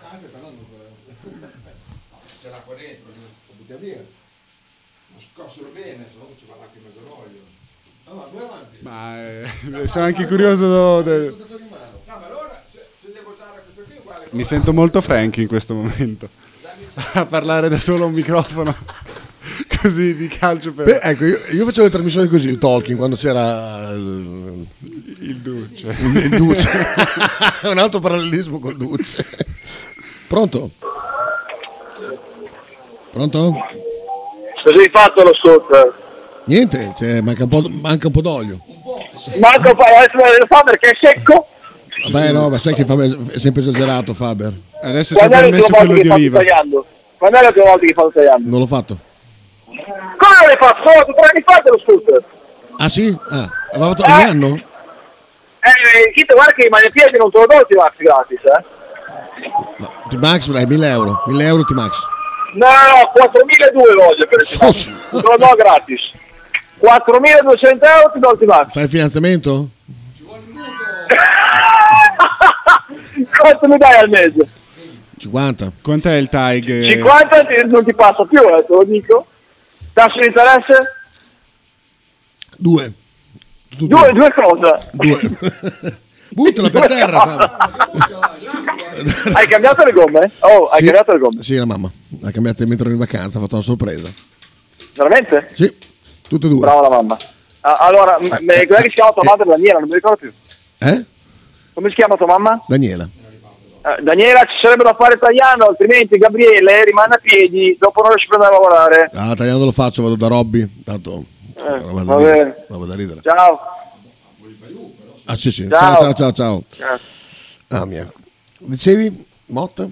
C'è l'acqua dentro, lo buttiamo via. Ma scosselo bene, se no ci va anche mezzo l'olio. Allora, due avanti. Ma eh, sono anche curioso. De... No, ma allora, se, se devo usare questo qui, uguale. Mi sento molto Frank in questo momento a parlare da solo a un microfono così di calcio per... Beh, ecco, io, io facevo le trasmissioni così, il talking, quando c'era il, il Duce. Il, il Duce. Un altro parallelismo col Duce. Pronto? Pronto? Cosa hai fatto lo sotto? Niente, cioè, manca, un po', manca un po' d'olio. Un po', manco adesso fa perché è secco. Vabbè, no, ma sai che Faber è sempre esagerato, Faber. Adesso Quando è l'ultima volta che fate tagliando? Quando è l'ultima volta che fate tagliando? Non l'ho fatto. Come non l'hai fatto? Solo tre anni fa te lo scooter. Ah sì? Ah, aveva fatto ogni Eh. anno? Eh, Chito, guarda che rimane in piedi non te lo do il T-Max gratis, eh. No, T-Max, dai, mille euro. mille euro T-Max. No, no, quattromiladuecento voglio per il T-Max. Non te lo do gratis. quattromiladuecento euro ti do il T-Max. Fai il finanziamento? Quanto mi dai al mese? cinquanta. Quant'è il tag? cinquanta ti- non ti passa più, eh, te lo dico. Tasso di interesse? Due. Due, due cosa? Due. Buttala per terra, Faber. Hai cambiato le gomme? Oh, hai Sì. cambiato le gomme? Sì, la mamma. Ha cambiato mentre ero in vacanza, ha fatto una sorpresa. Veramente? Sì, tutte e due. Brava la mamma. Ah, allora, m- me- com'è che si chiama tua madre? Daniela, non mi ricordo più. Eh? Come si chiama tua mamma? Daniela. Eh, Daniela, ci sarebbe da fare italiano, altrimenti Gabriele rimane a piedi, dopo non riesce più ad andare a lavorare. Ah, tagliando lo faccio, vado da Robby. Tanto. Eh, roba da va ridere. bene. Roba da ridere. Ciao. Ah, sì, sì. Ciao. Ciao, ciao, ciao, ciao. Ciao. Ah, mia. Dicevi? Motta?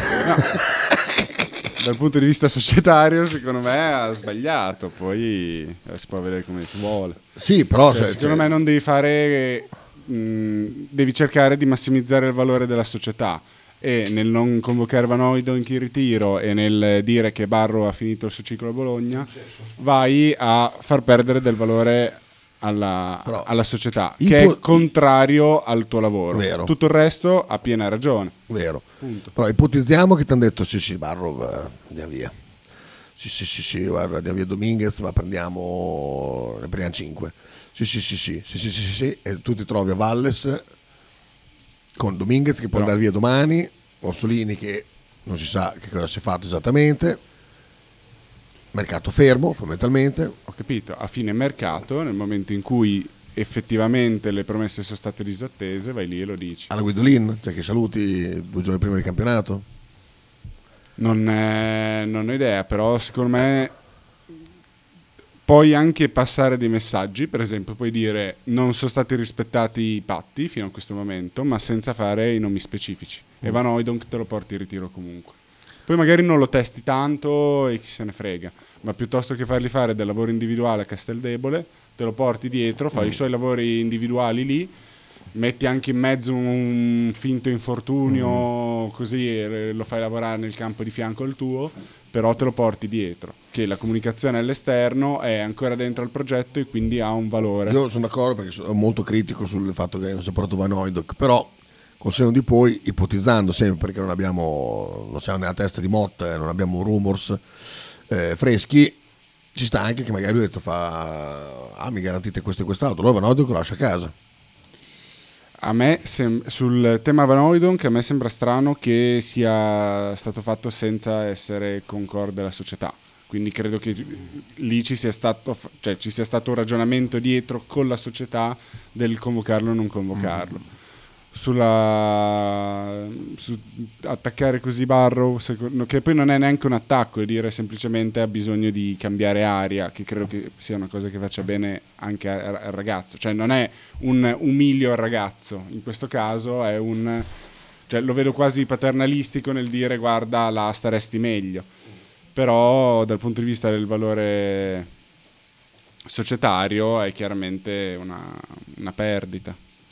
Dal punto di vista societario, secondo me ha sbagliato. Poi eh, si può vedere come si vuole. Sì, però Cioè, se- secondo cioè- me non devi fare. mh, devi cercare di massimizzare il valore della società. E nel non convocare Van Hooijdonk in ritiro e nel dire che Barro ha finito il suo ciclo a Bologna, vai a far perdere del valore alla, alla società, il che tuo- è contrario al tuo lavoro. Vero. Tutto il resto ha piena ragione. Vero. Punto. Però ipotizziamo che ti hanno detto sì sì Barrow eh, andiamo via. Sì sì sì sì, guarda, andiamo via Dominguez, ma prendiamo ne prendiamo cinque. Sì sì sì sì sì sì sì, sì, sì. E tu ti trovi a Valles con Dominguez che può Però- andare via domani, Orsolini che non si sa che cosa si è fatto esattamente. Mercato fermo fondamentalmente. Ho capito, a fine mercato, nel momento in cui effettivamente le promesse sono state disattese, vai lì e lo dici. Alla Guidolin, cioè che saluti due giorni prima del campionato. Non, è- non ho idea, però secondo me puoi anche passare dei messaggi, per esempio puoi dire non sono stati rispettati i patti fino a questo momento, ma senza fare i nomi specifici. E Van Hooijdonk te lo porti in ritiro comunque. Poi magari non lo testi tanto e chi se ne frega, ma piuttosto che fargli fare del lavoro individuale a Casteldebole, te lo porti dietro, fai Mm. i suoi lavori individuali lì, metti anche in mezzo un finto infortunio, così e lo fai lavorare nel campo di fianco al tuo, però te lo porti dietro, che la comunicazione all'esterno è ancora dentro al progetto e quindi ha un valore. Io sono d'accordo perché sono molto critico sul fatto che non si è portato Van Hooijdonk, però col senno di poi, ipotizzando sempre perché non abbiamo, non siamo nella testa di Motta, non abbiamo rumors eh, freschi, ci sta anche che magari lui ha detto fa ah mi garantite questo e quest'altro, allora Van Hooijdonk lo lascia a casa. A me sem- sul tema Van Hooijdonk a me sembra strano che sia stato fatto senza essere concorde la società, quindi credo che lì ci sia stato, f- cioè, ci sia stato un ragionamento dietro con la società del convocarlo o non convocarlo. Sulla su attaccare così Barrow, secondo- che poi non è neanche un attacco, è dire semplicemente ha bisogno di cambiare aria, che credo che sia una cosa che faccia bene anche a- al ragazzo, cioè non è un umilio al ragazzo, in questo caso è un, cioè lo vedo quasi paternalistico nel dire guarda là staresti meglio, però dal punto di vista del valore societario è chiaramente una, una perdita.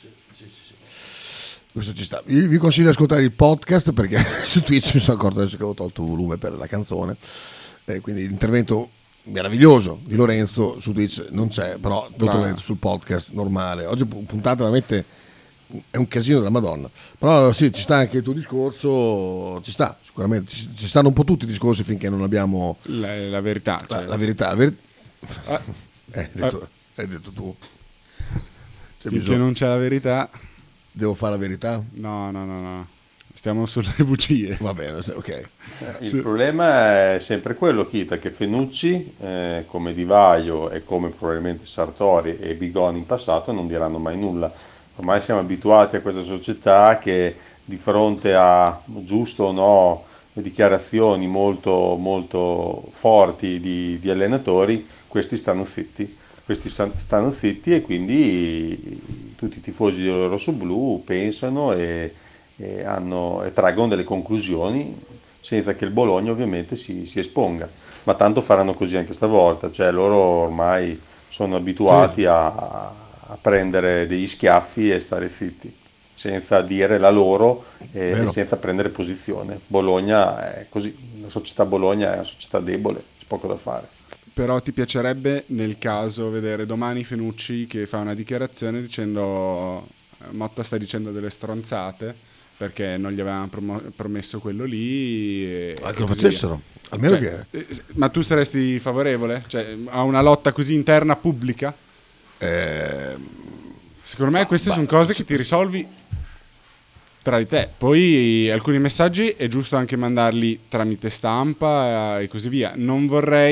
Questo ci sta. Io vi consiglio di ascoltare il podcast perché su Twitch mi sono accorto adesso che avevo tolto il volume per la canzone, eh, quindi l'intervento meraviglioso di Lorenzo su Twitch non c'è, però lo Bravo. trovate sul podcast normale. Oggi puntata veramente è un casino della Madonna, però sì, ci sta anche il tuo discorso, ci sta sicuramente, ci, ci stanno un po' tutti i discorsi finché non abbiamo la, la verità, la, cioè. la verità, la ver- Ah. eh, hai, detto, hai detto tu. C'è Finché bisogno- non c'è la verità. Devo fare la verità? No, no, no, no. Stiamo sulle bugie. Va bene, ok. Il Sì. problema è sempre quello, Kita, che Fenucci, eh, come Di Vaio e come probabilmente Sartori e Bigoni in passato, non diranno mai nulla. Ormai siamo abituati a questa società che di fronte a giusto o no dichiarazioni molto, molto forti di, di allenatori, questi stanno zitti. questi stanno zitti e quindi tutti i tifosi del rossoblu pensano e, e, hanno, e traggono delle conclusioni senza che il Bologna ovviamente si, si esponga, ma tanto faranno così anche stavolta, cioè loro ormai sono abituati sì. a, a prendere degli schiaffi e stare zitti senza dire la loro e, e senza prendere posizione. Bologna è così, la società Bologna è una società debole, c'è poco da fare. Però ti piacerebbe nel caso vedere domani Fenucci che fa una dichiarazione dicendo Motta sta dicendo delle stronzate perché non gli avevano promo- promesso quello lì e, ma che lo così facessero almeno cioè, che... ma tu saresti favorevole? Cioè, a una lotta così interna pubblica? Eh, secondo me queste bah, sono cose che ti risolvi tra di te. Poi alcuni messaggi è giusto anche mandarli tramite stampa e così via. Non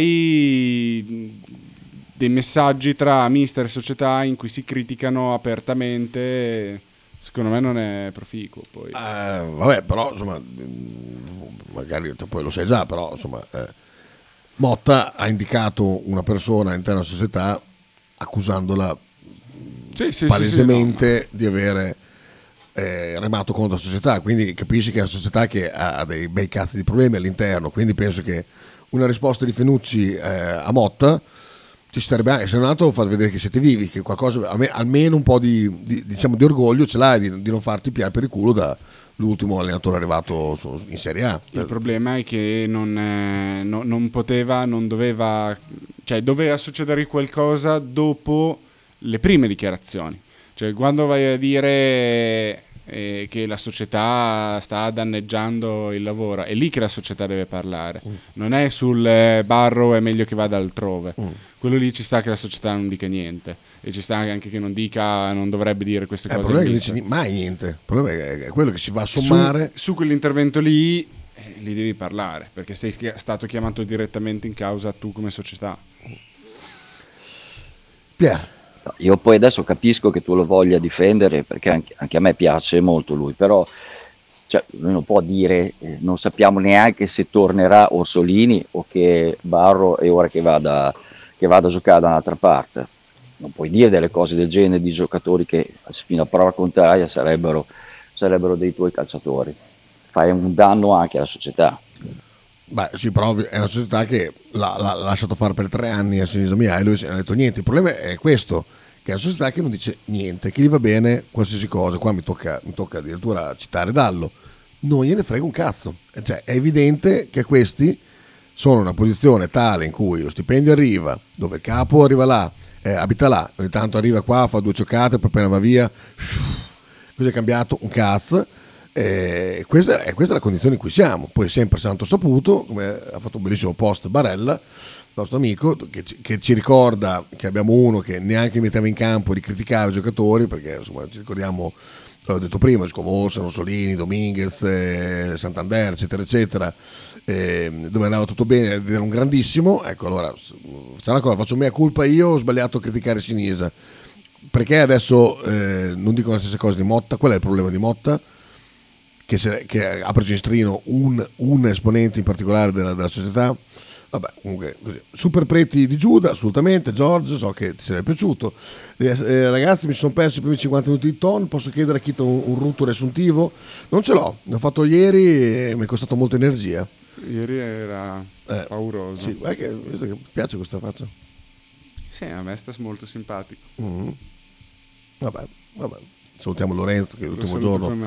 vorrei dei messaggi tra mister e società in cui si criticano apertamente, secondo me non è proficuo. Poi. Eh, vabbè, però insomma, magari poi lo sai già, però insomma, eh, Motta ha indicato una persona all'interno della società accusandola sì, sì, palesemente sì, sì, no, ma... di avere eh, remato contro la società, quindi capisci che è una società che ha dei bei cazzi di problemi all'interno, quindi penso che una risposta di Fenucci eh, a Motta ci starebbe anche, se non altro far vedere che siete vivi, che qualcosa, almeno un po' di, di, diciamo, di orgoglio ce l'hai di, di non farti piare per il culo da l'ultimo allenatore arrivato in Serie A. Il problema è che non, eh, no, non poteva, non doveva, cioè doveva succedere qualcosa dopo le prime dichiarazioni. Cioè quando vai a dire eh, che la società sta danneggiando il lavoro, è lì che la società deve parlare. Mm. Non è sul eh, Barro è meglio che vada altrove. Mm. Quello lì ci sta che la società non dica niente. E ci sta anche che non dica, non dovrebbe dire queste eh, cose. Il problema è che non dice mai niente. Il problema è quello che ci va a sommare. Su, su quell'intervento lì, eh, lì devi parlare, perché sei stato chiamato direttamente in causa tu come società. Pier. Io poi adesso capisco che tu lo voglia difendere, perché anche, anche a me piace molto lui, però cioè, lui non può dire, eh, non sappiamo neanche se tornerà Orsolini o che Barro è ora che vada, che vada a giocare da un'altra parte. Non puoi dire delle cose del genere di giocatori che fino a prova contraria sarebbero, sarebbero dei tuoi calciatori. Fai un danno anche alla società. Beh sì, però è una società che l'ha, l'ha lasciato fare per tre anni a Sinisa Mia e lui non ha detto niente. Il problema è questo, che è una società che non dice niente, che gli va bene qualsiasi cosa. Qua mi tocca, mi tocca addirittura citare Dallo, non gliene frega un cazzo. Cioè, è evidente che questi sono in una posizione tale in cui lo stipendio arriva, dove il capo arriva là, eh, abita là, ogni tanto arriva qua, fa due giocate, poi appena va via, così è cambiato un cazzo. Eh, questa, è, questa è la condizione in cui siamo. Poi sempre santo saputo, come ha fatto un bellissimo post Barella, il nostro amico, che ci, che ci ricorda che abbiamo uno che neanche metteva in campo di criticare i giocatori, perché insomma ci ricordiamo, l'ho detto prima, Scomossa, Rossolini, Dominguez, eh, Santander, eccetera eccetera, eh, dove andava tutto bene ed era un grandissimo. Ecco, allora c'è una cosa, faccio mea colpa io, ho sbagliato a criticare Sinisa, perché adesso eh, non dicono la stessa cosa di Motta? Qual è il problema di Motta? Che, se, che ha preso in strino un, un esponente in particolare della, della società. Vabbè, comunque così. Super preti di Giuda, assolutamente. Giorgio, so che ti sarebbe piaciuto. Eh, eh, ragazzi, mi sono perso i primi cinquanta minuti di ton. Posso chiedere a Chito un, un rutto riassuntivo? Non ce l'ho, l'ho fatto ieri e mi è costato molta energia. Ieri era eh, pauroso. Sì, guarda che, che piace questa faccia. Sì, a me sta molto simpatico. Mm-hmm. Vabbè, vabbè. Salutiamo Lorenzo che l'ultimo Lo giorno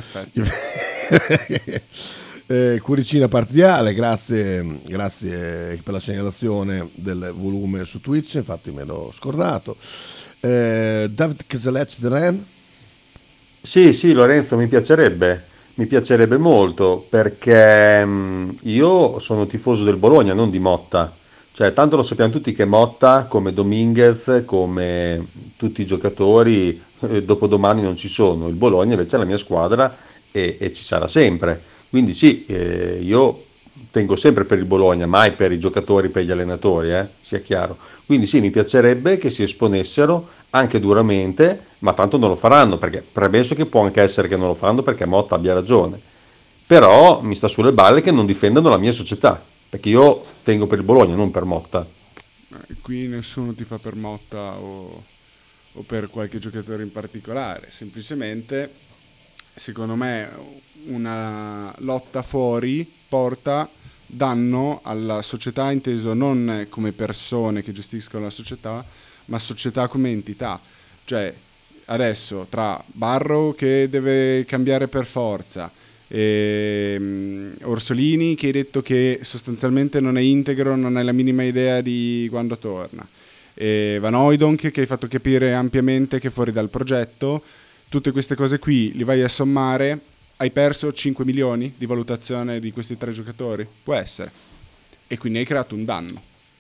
eh, Cuoricina partiale, grazie, grazie per la segnalazione del volume su Twitch, infatti me l'ho scordato. eh, David Casalec de Ren. Sì, sì, Lorenzo, mi piacerebbe mi piacerebbe molto, perché mh, io sono tifoso del Bologna, non di Motta. Cioè, tanto lo sappiamo tutti che Motta, come Dominguez, come tutti i giocatori, eh, dopodomani non ci sono. Il Bologna invece è la mia squadra e, e ci sarà sempre. Quindi sì, eh, io tengo sempre per il Bologna, mai per i giocatori, per gli allenatori, eh, sia chiaro. Quindi sì, mi piacerebbe che si esponessero anche duramente, ma tanto non lo faranno, perché premesso che può anche essere che non lo faranno perché Motta abbia ragione. Però mi sta sulle balle che non difendano la mia società, perché io tengo per il Bologna, non per Motta. eh, qui nessuno ti fa per Motta o, o per qualche giocatore in particolare, semplicemente secondo me una lotta fuori porta danno alla società, inteso non come persone che gestiscono la società, ma società come entità. Cioè adesso tra Barrow che deve cambiare per forza, e um, Orsolini che hai detto che sostanzialmente non è integro, non hai la minima idea di quando torna, e Van Hooijdonk che hai fatto capire ampiamente che è fuori dal progetto, tutte queste cose qui li vai a sommare, hai perso cinque milioni di valutazione di questi tre giocatori? Può essere. E quindi hai creato un danno.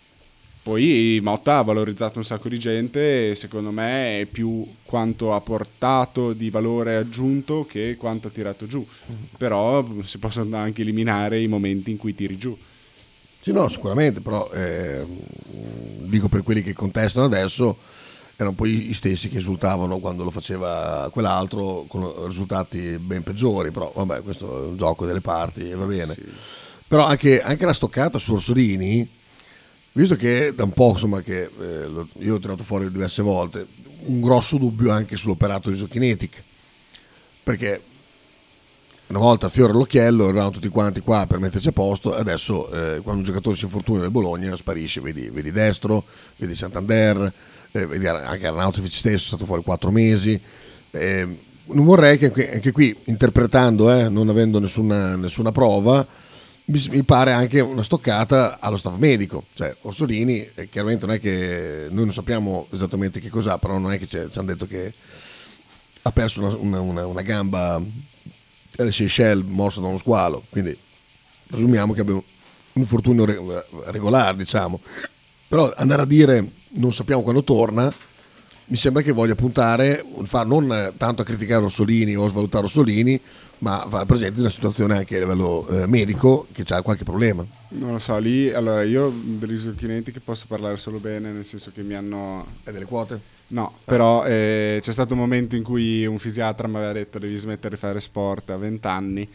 Poi Motta ha valorizzato un sacco di gente e secondo me è più quanto ha portato di valore aggiunto che quanto ha tirato giù. Però si possono anche eliminare i momenti in cui tiri giù. Sì, no, sicuramente, però eh, dico per quelli che contestano adesso, erano poi gli stessi che esultavano quando lo faceva quell'altro con risultati ben peggiori, però vabbè, questo è un gioco delle parti e va bene. Sì. Però anche, anche la stoccata su Orsolini, visto che da un po' insomma che eh, io ho tirato fuori diverse volte un grosso dubbio anche sull'operato di Zocchinetic, perché una volta fiore all'occhiello eravamo tutti quanti qua per metterci a posto, e adesso eh, quando un giocatore si infortuna nel Bologna sparisce, vedi, vedi Destro, vedi Santander, eh, vedi anche Arnautovic stesso è stato fuori quattro mesi. Eh, non vorrei che anche, anche qui interpretando, eh, non avendo nessuna, nessuna prova, mi, mi pare anche una stoccata allo staff medico. Cioè Orsolini eh, chiaramente non è che noi non sappiamo esattamente che cos'ha, però non è che ci hanno detto che ha perso una, una, una, una gamba alle Seychelles morsa da uno squalo, quindi presumiamo che abbia un infortunio regolare, diciamo. Però andare a dire non sappiamo quando torna mi sembra che voglia puntare non tanto a criticare Orsolini o a svalutare Orsolini, ma a fare presente una situazione anche a livello eh, medico che ha qualche problema. Non lo so, lì allora io degli Zocchinetic posso parlare solo bene, nel senso che mi hanno... E delle quote? No, però eh, c'è stato un momento in cui un fisiatra mi aveva detto devi smettere di fare sport a venti anni,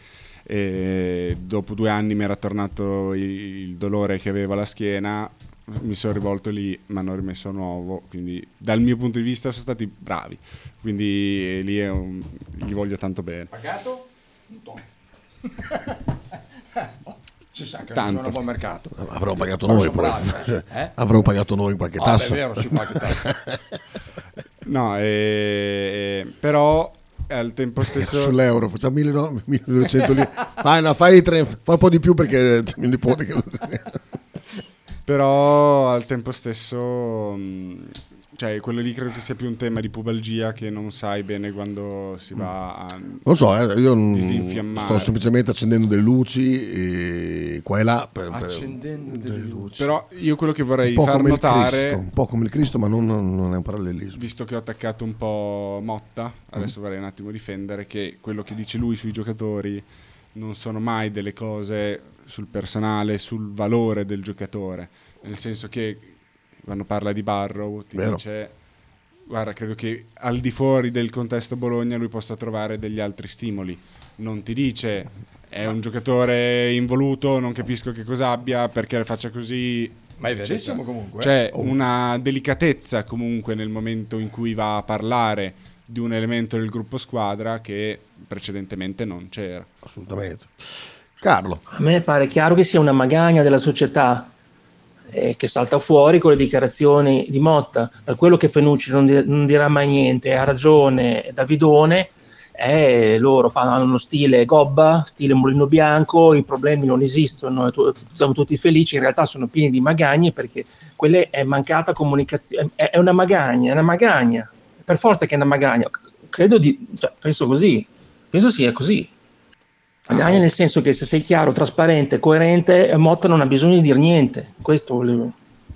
e dopo due anni mi era tornato il, il dolore che avevo alla schiena, mi sono rivolto lì, mi hanno rimesso nuovo, quindi dal mio punto di vista sono stati bravi, quindi eh, lì è un, gli voglio tanto bene. Pagato? Si sa che Tanto. non sono a buon mercato. Avremo pagato noi poi. Eh? Avremo pagato noi qualche Ah, tassa. beh, è vero, sì, qualche tassa. No, eh, eh, però al tempo stesso sull'euro facciamo millenovecento lì. Fai, no, fai, tre, fai un po' di più perché c'è mio nipote che... Però al tempo stesso mh, cioè quello lì credo che sia più un tema di pubalgia, che non sai bene quando si va a non so, eh, io disinfiammare. Sto semplicemente accendendo delle luci e qua e là per, per... accendendo delle luci. Però io quello che vorrei un po' far come notare, il Cristo, un po' come il Cristo, ma non, non è un parallelismo. Visto che ho attaccato un po' Motta, adesso mm. vorrei un attimo difendere che quello che dice lui sui giocatori non sono mai delle cose sul personale, sul valore del giocatore, nel senso che quando parla di Barrow ti Vero. dice guarda, credo che al di fuori del contesto Bologna lui possa trovare degli altri stimoli, non ti dice è un giocatore involuto, non capisco che cosa abbia, perché faccia così, ma è verissimo comunque. C'è oh. una delicatezza comunque nel momento in cui va a parlare di un elemento del gruppo squadra che precedentemente non c'era. Assolutamente. Carlo. A me pare chiaro che sia una magagna della società eh, che salta fuori con le dichiarazioni di Motta. Per quello che Fenucci non, di- non dirà mai niente, ha ragione Davidone, eh, loro fanno uno stile gobba, stile mulino bianco, i problemi non esistono, tu- siamo tutti felici, in realtà sono pieni di magagne, perché quella è mancata comunicazione, è, è una magagna, è una magagna, per forza che è una magagna, credo di, cioè, penso così, penso sia così. Magagna nel senso che se sei chiaro, trasparente, coerente, Motta non ha bisogno di dire niente. Questo volevo.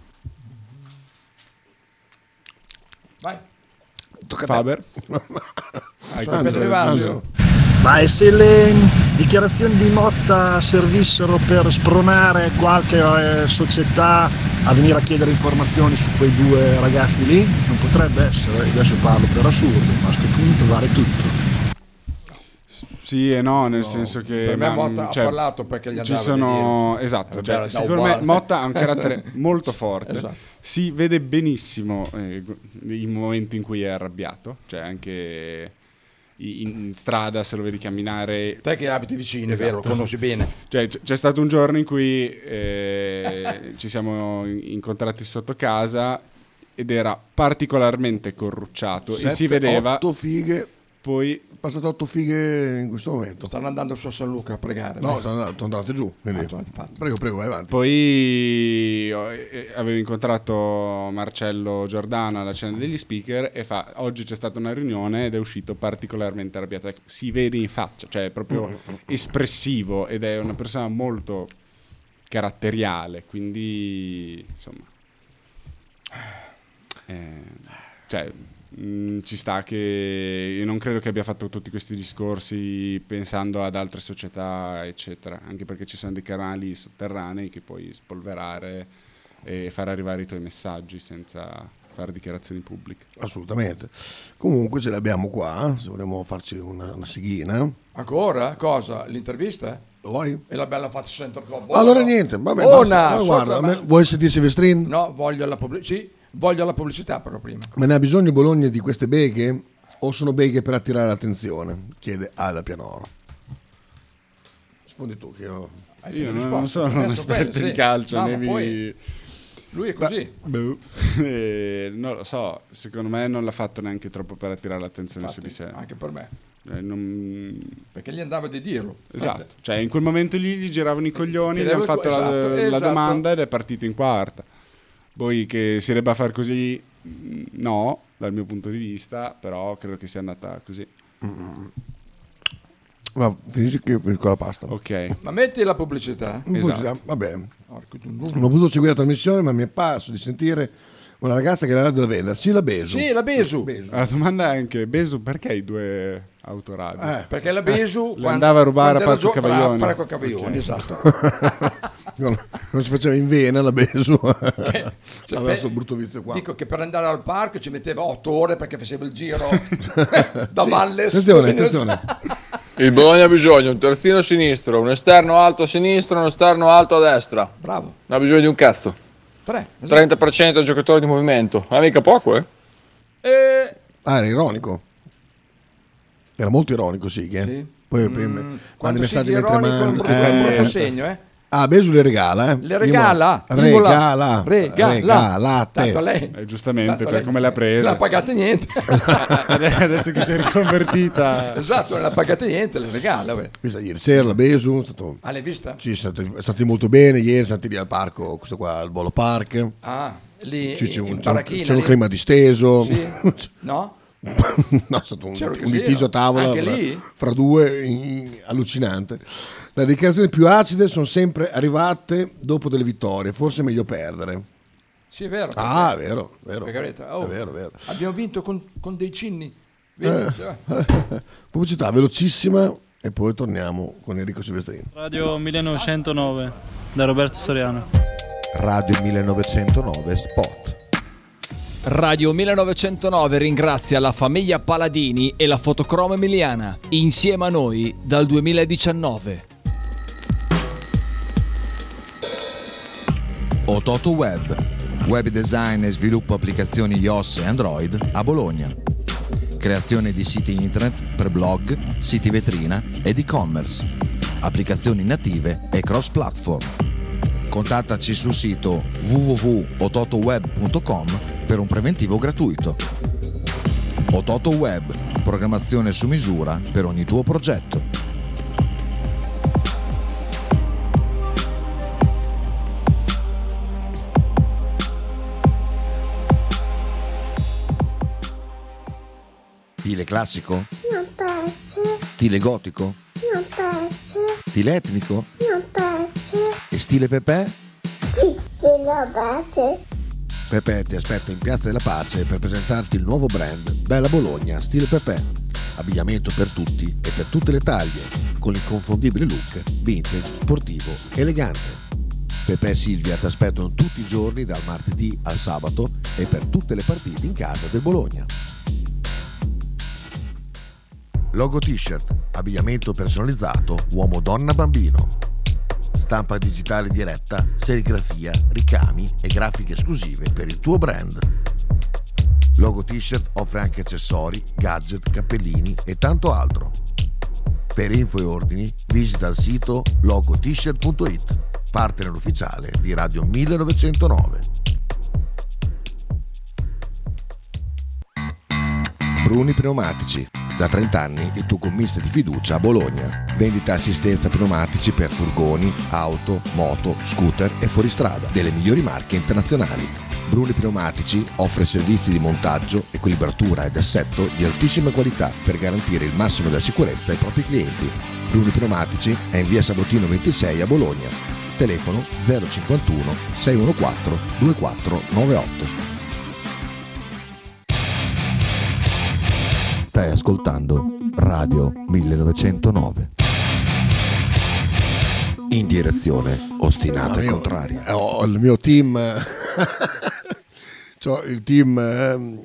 Vai. Tocca Faber. Hai Ma e se le dichiarazioni di Motta servissero per spronare qualche eh, società a venire a chiedere informazioni su quei due ragazzi lì? Non potrebbe essere, adesso parlo per assurdo, ma a questo punto vale tutto. Sì e no, nel No, senso che per me ma, Motta cioè, ha parlato perché gli ci andava sono di dire. esatto, Eh, cioè, da secondo uguale. me Motta ha un carattere molto forte, Esatto. si vede benissimo eh, i momenti in cui è arrabbiato, cioè anche in strada se lo vedi camminare. Te che abiti vicino, esatto. È vero, lo conosci bene. Cioè, c- c'è stato un giorno in cui eh, ci siamo incontrati sotto casa ed era particolarmente corrucciato Sette, e si vedeva otto fighe. Poi passate otto fighe in questo momento. Stanno andando su a San Luca a pregare. No, sono andate, sono andate giù. Quindi. Ah, prego, prego, vai avanti. Poi oh, eh, avevo incontrato Marcello Giordano alla cena degli speaker e fa: oggi c'è stata una riunione ed è uscito particolarmente arrabbiato. Si vede in faccia, cioè è proprio espressivo ed è una persona molto caratteriale, quindi insomma eh, cioè mh, ci sta che io non credo che abbia fatto tutti questi discorsi pensando ad altre società eccetera, anche perché ci sono dei canali sotterranei che puoi spolverare e far arrivare i tuoi messaggi senza fare dichiarazioni pubbliche. Assolutamente. Comunque ce l'abbiamo qua, se vogliamo farci una, una seghina. Ancora? Cosa? L'intervista? Lo vuoi? E la bella faccia Center Club. Allora niente, vabbè, Buona, basta. Allora, guarda, sotto, me- ma- vuoi sentire Silvestrin? No, voglio la pubblicità. Sì, voglio la pubblicità però prima. Ma ne ha bisogno Bologna di queste beghe o sono beghe per attirare l'attenzione? Chiede Ada Pianoro. Rispondi tu che io... Io non, non sono un esperto di calcio, no, né vi... poi lui è così. Boh. Eh, non lo so, secondo me non l'ha fatto neanche troppo per attirare l'attenzione Infatti, su di sé. anche per me. Eh, non... Perché gli andava di dirlo. Esatto, cioè in quel momento lì gli giravano i coglioni, gli Tirava hanno il- fatto la, esatto, la esatto. domanda ed è partito in quarta. Poi che si debba far così, mh, no, dal mio punto di vista, però credo che sia andata così. Ma finisci che finisco la pasta. Ok. Ma metti la pubblicità. Pubblicità, va bene. Porco Non dun- ho potuto seguire la trasmissione, ma mi è parso di sentire una ragazza che era da vendere. Sì, la Besu. Sì, la Besu. La domanda è anche, Besu, perché i due autoradio? Eh. Perché la Besu Le andava a rubare a quando era Parco gio- Cavaglioni. brava, Parco Cavaglioni, Ok. esatto. non, non si faceva in vena la Besu. Cioè, Aveva per- sul brutto vizio qua. Dico che per andare al parco ci metteva otto ore perché faceva il giro da Sì. Valles. Attenzione, attenzione. Il Bologna ha bisogno di un terzino sinistro, un esterno alto a sinistra e un esterno alto a destra. Bravo. Non ha bisogno di un cazzo. Tre. esatto. trenta per cento giocatori di movimento. Ma mica poco, eh? E... Ah, era ironico. Era molto ironico, sì. Che? Sì. Poi Mm, quando quando i messaggi sei mentre ironico è un mandi. brutto- è un brutto segno, eh? Ah, Besu le regala, eh? Le regala. Io- Imola. Regala. Regala. Regalate. Tanto lei. Eh, giustamente, Tanto per lei- come l'ha presa. Non ha pagate niente. Adesso che si è riconvertita. Esatto, non ha pagate niente, le regala. beh. Questa ieri sera la Besu. È stato... Ah, l'hai vista? Sì, siamo stati, stati molto bene. Ieri siamo stati lì al parco, questo qua, al Volo Park. Ah, lì Sì, c'è, in un, c'è, un, baracchina, c'è un lì. clima disteso. Sì? No? No, è stato un, C'era un un casino. litigio a tavola Anche fra, lì? fra due in- allucinante. Le dichiarazioni più acide sono sempre arrivate dopo delle vittorie, forse è meglio perdere. Sì, è vero. Ah, è vero, vero. Perché avete- oh, È vero, è vero. Abbiamo vinto con, con dei cinni. Vedi? Eh, Cioè, pubblicità velocissima e poi torniamo con Enrico Silvestrini. Radio millenovecentonove da Roberto Soriano. Radio millenovecentonove Spot. Radio millenovecentonove ringrazia la famiglia Paladini e la Fotocromo Emiliana, insieme a noi dal duemiladiciannove. Ototo Web, web design e sviluppo applicazioni iOS e Android a Bologna. Creazione di siti internet per blog, siti vetrina ed e-commerce. Applicazioni native e cross-platform. Contattaci sul sito w w w punto ototoweb punto com per un preventivo gratuito. Ototo Web, programmazione su misura per ogni tuo progetto. Stile classico? Non piace, Stile gotico? non piace, Stile etnico? non piace. E stile Pepe? Sì, voglio piace. Pepe ti aspetta in Piazza della Pace per presentarti il nuovo brand Bella Bologna Stile Pepe. Abbigliamento per tutti e per tutte le taglie, con l'inconfondibile look vintage, sportivo, elegante. Pepe e Silvia ti aspettano tutti i giorni dal martedì al sabato e per tutte le partite in casa del Bologna. Logo t-shirt, abbigliamento personalizzato uomo, donna, bambino. stampa digitale diretta, serigrafia, ricami e grafiche esclusive per il tuo brand. Logo T-shirt offre anche accessori, gadget, cappellini e tanto altro. Per info e ordini visita il sito logo t shirt punto it, partner ufficiale di Radio millenovecentonove. Bruni Pneumatici. Da trenta anni il tuo commista di fiducia a Bologna. Vendita e assistenza pneumatici per furgoni, auto, moto, scooter e fuoristrada delle migliori marche internazionali. Bruni Pneumatici offre servizi di montaggio, equilibratura ed assetto di altissima qualità per garantire il massimo della sicurezza ai propri clienti. Bruni Pneumatici è in via Sabotino ventisei a Bologna. Telefono zero cinquantuno sei uno quattro due quattro nove otto. Stai ascoltando Radio millenovecentonove. In direzione ostinata e contraria. Ho il mio team. C'ho il team. Ehm...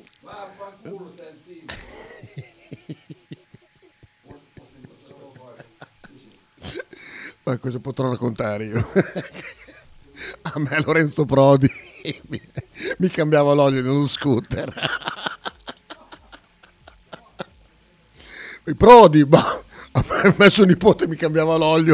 Ma cosa potrò raccontare io? A me Lorenzo Prodi mi, mi cambiava l'olio nello scooter. I Prodi, ma a me suo nipote mi cambiava l'olio.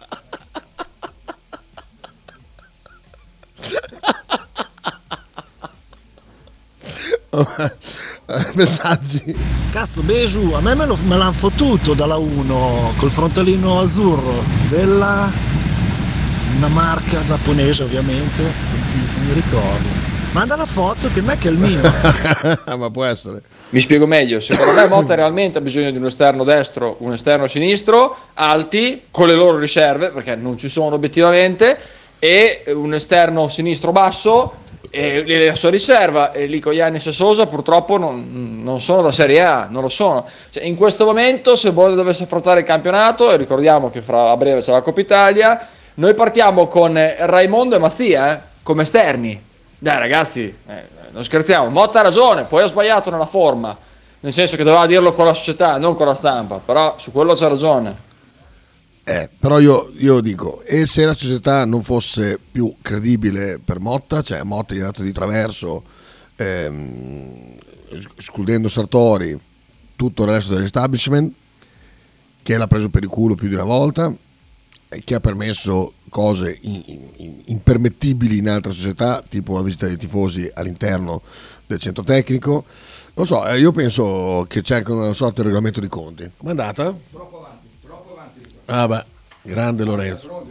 Messaggi. Cazzo, Besu, a me me, lo, me l'hanno fottuto dalla uno col frontalino azzurro della una marca giapponese, ovviamente, non mi ricordo. Manda la foto che non è che è il mio. Ma può essere. Mi spiego meglio, secondo me Motta realmente ha bisogno di un esterno destro, un esterno sinistro, alti, con le loro riserve, perché non ci sono obiettivamente, e un esterno sinistro basso, e la sua riserva, e lì con Giannis e Sosa purtroppo non, non sono da Serie A, non lo sono. Cioè, in questo momento, se Bologna dovesse affrontare il campionato, e ricordiamo che fra a breve c'è la Coppa Italia, noi partiamo con Raimondo e Mazzia eh, come esterni. Dai ragazzi, eh, non scherziamo, Motta ha ragione, poi ha sbagliato nella forma, nel senso che doveva dirlo con la società, non con la stampa, però su quello c'ha ragione. Eh, però io, io dico, e se la società non fosse più credibile per Motta, cioè Motta gli è dato di traverso, ehm, escludendo Sartori, tutto il resto dell'establishment, che l'ha preso per il culo più di una volta, e che ha permesso cose in, in, impermettibili in altre società, tipo la visita dei tifosi all'interno del centro tecnico. Non so, eh, io penso che c'è anche una sorta di regolamento di conti. Com'è andata? Troppo avanti, troppo avanti. Ah beh, grande Lorenzo.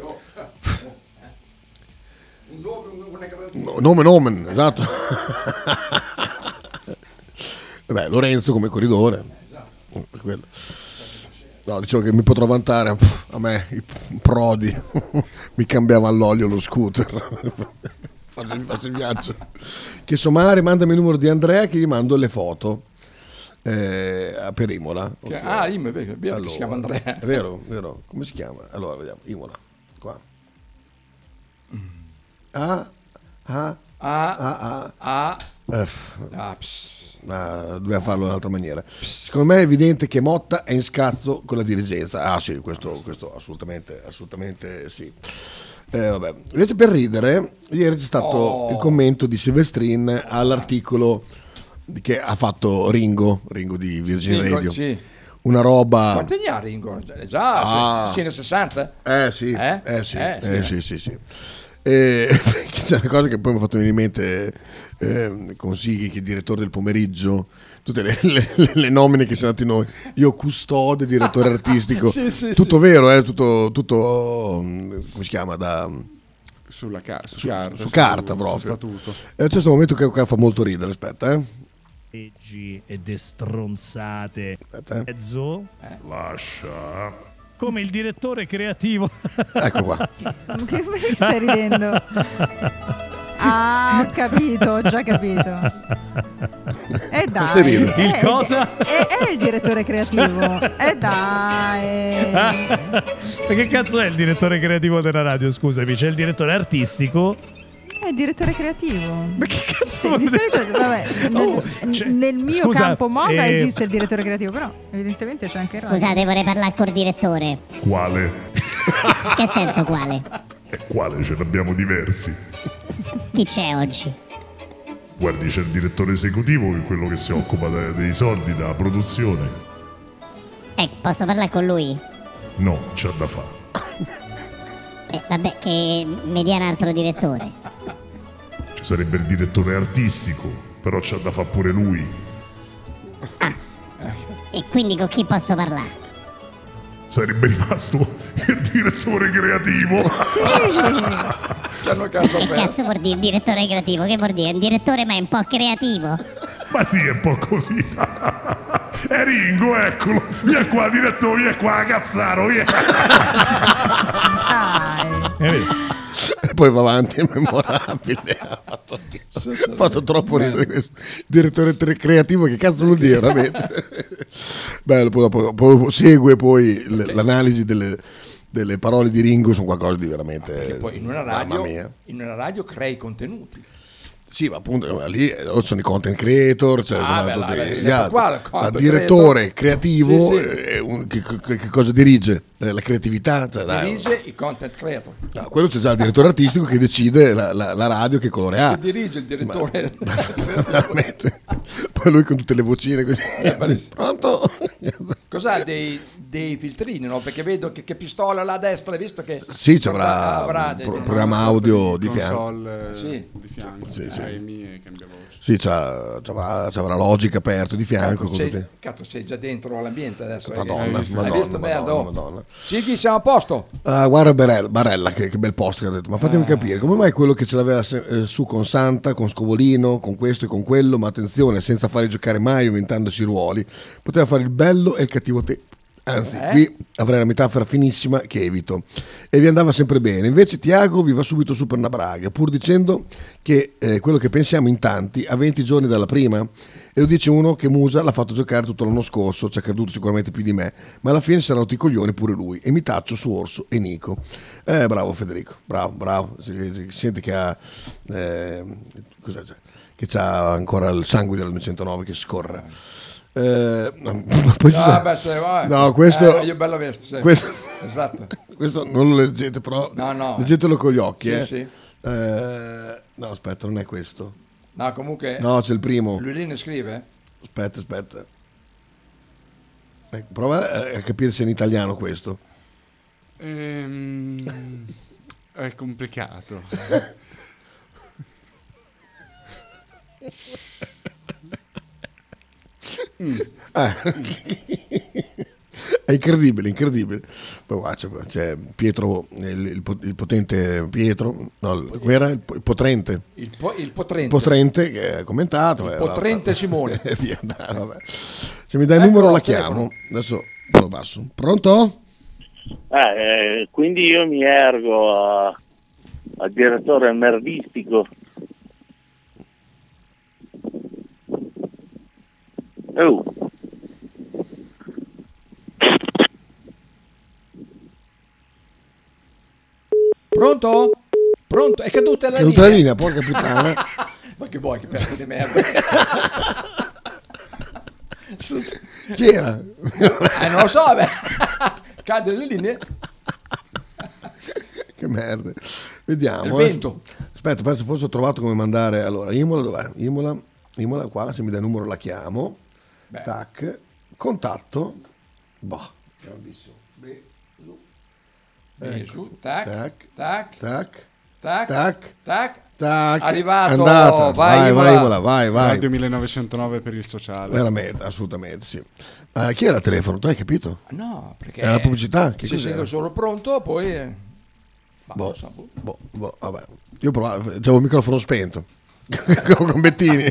No, nome nomen, esatto. Vabbè, Lorenzo come corridore. Per quello. No, dicevo che mi potrò vantare, a me i Prodi mi cambiava all'olio lo scooter. faccio, faccio il viaggio. Che Somare mandami il numero di Andrea che gli mando le foto eh, per Imola. Che, Okay. Ah, Imola, è vero, è vero Allora, che si chiama Andrea. È vero, è vero. Come si chiama? Allora, vediamo, Imola. Qua. A, A, A, A, A, Eh, ah, pss. ah, dobbiamo farlo in un'altra maniera. Secondo me è evidente che Motta è in scazzo con la dirigenza. Ah sì, questo, questo assolutamente, assolutamente sì. Eh, vabbè. Invece per ridere, ieri c'è stato Oh. il commento di Silvestrin all'articolo che ha fatto Ringo, Ringo di Virgin Ringo, Radio. sì. Una roba... Quanti anni ha Ringo? Già, Ah. fine sessanta? Eh sì, Eh? eh sì, Eh, eh, sì, sì, sì, sì. E, c'è una cosa che poi mi ha fatto venire in mente eh, con Sighi, che è il direttore del pomeriggio, tutte le, le, le nomine che siamo andati noi, io custode, direttore artistico, Sì, sì, tutto sì. vero, eh, tutto, tutto, mm, come si chiama, da... Sulla ca- su, su, carta, su su- carta su proprio. statuto. E c'è questo momento che qua fa molto ridere, aspetta, eh. Leggi e destronzate. Aspetta, eh. Mezzo. Lascia. Come il direttore creativo. Ecco qua. Che perché stai ridendo? Ah, ho capito, ho già capito. E dai. ride? Il è, cosa? È, è il direttore creativo. E dai. Ma che cazzo è il direttore creativo della radio? Scusami, c'è il direttore artistico. È il direttore creativo. Ma che cazzo Sì, vuol di dire? solito, vabbè, nel, Oh, cioè, nel mio scusa, campo moda eh, esiste il direttore creativo, però evidentemente c'è anche Scusate, vorrei parlare col direttore. Quale? Che senso quale? E quale? Ce ne abbiamo diversi. Chi c'è oggi? Guardi, c'è il direttore esecutivo, che è quello che si occupa de- dei soldi, della produzione. Ecco, posso parlare con lui? No, c'ha da fare. Eh, vabbè, che mi dia un altro direttore. Ci sarebbe il direttore artistico, però c'ha da fare pure lui. E quindi con chi posso parlare? Sarebbe rimasto il direttore creativo. Che cazzo vuol dire direttore creativo? Che vuol dire? Un direttore ma è un po' creativo. Ma sì, è un po' così. È Ringo, eccolo. Vieni qua, direttore, vieni qua, cazzaro, vieni. E poi va avanti, è memorabile. Ha fatto, ha fatto troppo ridere questo direttore tre- creativo, che cazzo vuol dire veramente? Bello, poi, dopo, poi segue poi l- Ok. l'analisi delle, delle parole di Ringo, sono qualcosa di veramente, Perché poi in una mamma radio, mia. in una radio crei contenuti. Sì, ma appunto lì eh, sono i content creator, cioè, Ah, sono beh, tutti là, gli ecco altri. qua il Ma content direttore creator. creativo, Sì, sì. eh, un- che, che- che cosa dirige? Eh, La creatività? Cioè, dai, Dirige i content creator. no, quello c'è già il direttore artistico che decide la, la- la radio che colore ha. Che dirige il direttore. Veramente. Poi lui con tutte le vocine così. Pronto? Cos'ha dei, dei filtrini, no? Perché vedo che, che pistola là a destra, hai visto che Sì, ci avrà avrà un dei- pro- dei- programma audio di fianco. console eh, Sì. di fianco. Sì, sì. Amy e cambia voce. Sì, c'ha, c'avrà, c'avrà Logic aperto di fianco. Cazzo, con sei, tutti- cazzo, sei già dentro l'ambiente adesso. eh, Madonna, che- hai visto, Madonna, hai visto Madonna, merda, oh. Madonna. Sighi, siamo a posto. Ah, guarda Barella, Barella che, che bel post che ha detto. Ma fatemi Ah. capire, come mai quello che ce l'aveva se- eh, su con Santa, con Scovolino, con questo e con quello, ma attenzione, senza fare giocare mai, inventandosi ruoli, poteva fare il bello e il cattivo te. Anzi, Eh? qui avrei la metafora finissima che evito. E vi andava sempre bene. Invece Tiago vi va subito su per una braga, pur dicendo che eh, quello che pensiamo in tanti a venti giorni dalla prima. E lo dice uno che Musa l'ha fatto giocare tutto l'anno scorso, ci ha creduto sicuramente più di me, ma alla fine si è rotto i coglioni pure lui. E mi taccio su Orso e Nico. Eh, bravo Federico, bravo, bravo. Si, si sente che ha, eh, cos'è, cioè, che c'ha ancora il sangue del novecentonove che scorre. Eh, no, poi si Ah, sa- beh, se vai. no, questo, Eh, io bello vesto, sì. questo, Esatto. questo non lo leggete, però No, no. leggetelo con gli occhi. Sì, eh. sì. Eh, no, aspetta, non è questo. No, comunque. No, c'è il primo. Lui lì ne scrive? Aspetta, aspetta. Ecco, prova a- a capire se è in italiano questo. Ehm, è complicato. Mm. Ah. È incredibile, incredibile. Poi qua c'è, c'è Pietro, il, il po- il potente Pietro, no, il- come era? Il, po- il potrente. Il, po- il potrente. Il potrente che ha commentato. Il eh, potrente vabbè. Simone. E via, dai, vabbè. Se mi dai il Ecco, numero la telefono. chiamo. Adesso lo passo. Pronto? Eh, eh, quindi io mi ergo a- al direttore merdistico. Oh. Pronto? Pronto? È caduta la È caduta linea. la linea, porca puttana. Ma che vuoi, che pezzo di merda. Chi era? Eh, non lo so, beh. Cade le linee. Che merda. Vediamo. Il eh. vento. Aspetta, penso forse ho trovato come mandare. Allora, Imola dov'è? Imola, Imola qua, se mi dai il numero la chiamo. Beh. Tac. Contatto. Boh. Grandissimo. Beh, su. Beh, Ecco. su. Tac, Tac. tac, Tac. tac, Tac. tac. Tac. Arrivato. Andata. Vai, Vai, vai, Imola. Imola, vai, vai. Radio millenovecentonove per il sociale. Veramente, assolutamente, sì. Eh, chi era il telefono? Tu hai capito? No, perché Era la pubblicità? Che se cos'era? essendo solo pronto, poi eh, ma Boh, non so, boh. boh, boh, vabbè. Io provavo, c'avevo il microfono spento con Bettini.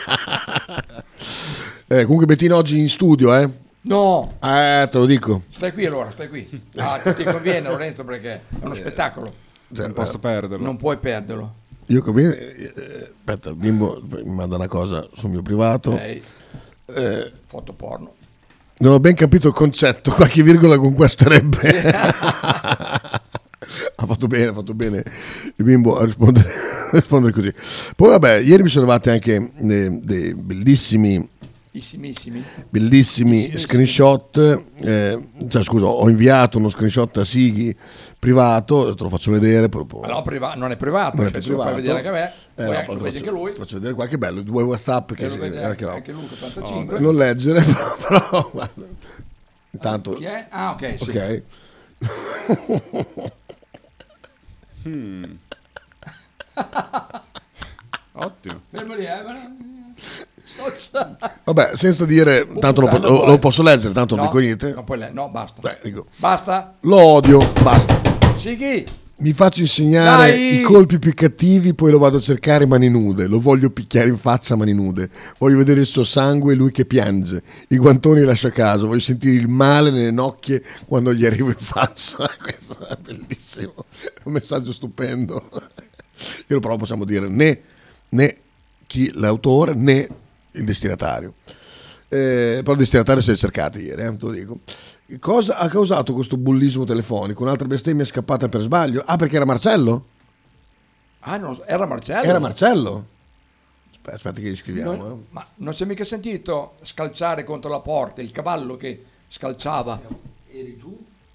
eh, comunque Bettini oggi in studio, eh? No, Eh, te lo dico. stai qui allora, stai qui. Ah, ti conviene Lorenzo perché è uno spettacolo. Cioè, Non posso eh, perderlo. Non puoi perderlo. Io conviene. eh, aspetta, il bimbo mi manda una cosa sul mio privato. Sei Eh, foto porno. non ho ben capito il concetto, qualche virgola con qua starebbe. Ha fatto bene, ha fatto bene il bimbo a rispondere, a rispondere così. Poi vabbè, ieri mi sono arrivati anche eh, dei bellissimi Issimissimi. bellissimi Issimissimi. screenshot, eh, cioè scusa, ho inviato uno screenshot a Sighi privato, te lo faccio vedere. Proprio. Ma no, priva- non è privato, Non è cioè, più se lo fai privato. vedere anche a me, Eh, poi no, anche- lo te vede faccio- anche lui. Faccio vedere qualche bello, due WhatsApp che Lo si, vede anche, no. anche Luca ottantacinque. Non leggere, però guarda. Intanto Chi è? Ah, ok, sì. ok. Hmm. Ottimo. Fermo lì, eh, ma- Sozza. Vabbè, senza dire, tanto lo, po- puttana lo- vuoi. lo posso leggere, tanto non No, dico niente. non puoi le- no, basta. Beh, dico, Basta. lo odio, basta. Sighi. Mi faccio insegnare Dai! i colpi più cattivi, poi lo vado a cercare mani nude. Lo voglio picchiare in faccia a mani nude. Voglio vedere il suo sangue e lui che piange. I guantoni lascia a casa. Voglio sentire il male nelle nocchie quando gli arrivo in faccia. Questo è bellissimo. È un messaggio stupendo. Io però possiamo dire né, né chi l'autore né il destinatario. Eh, però il destinatario si è cercato ieri, eh, te lo dico. Cosa ha causato questo bullismo telefonico? Un'altra bestemmia scappata per sbaglio? Ah, perché era Marcello? Ah, non so, era Marcello. Era Marcello? Aspetta, aspetta che gli scriviamo. Non- eh. ma non si è mica sentito scalciare contro la porta il cavallo che scalciava? Eri tu?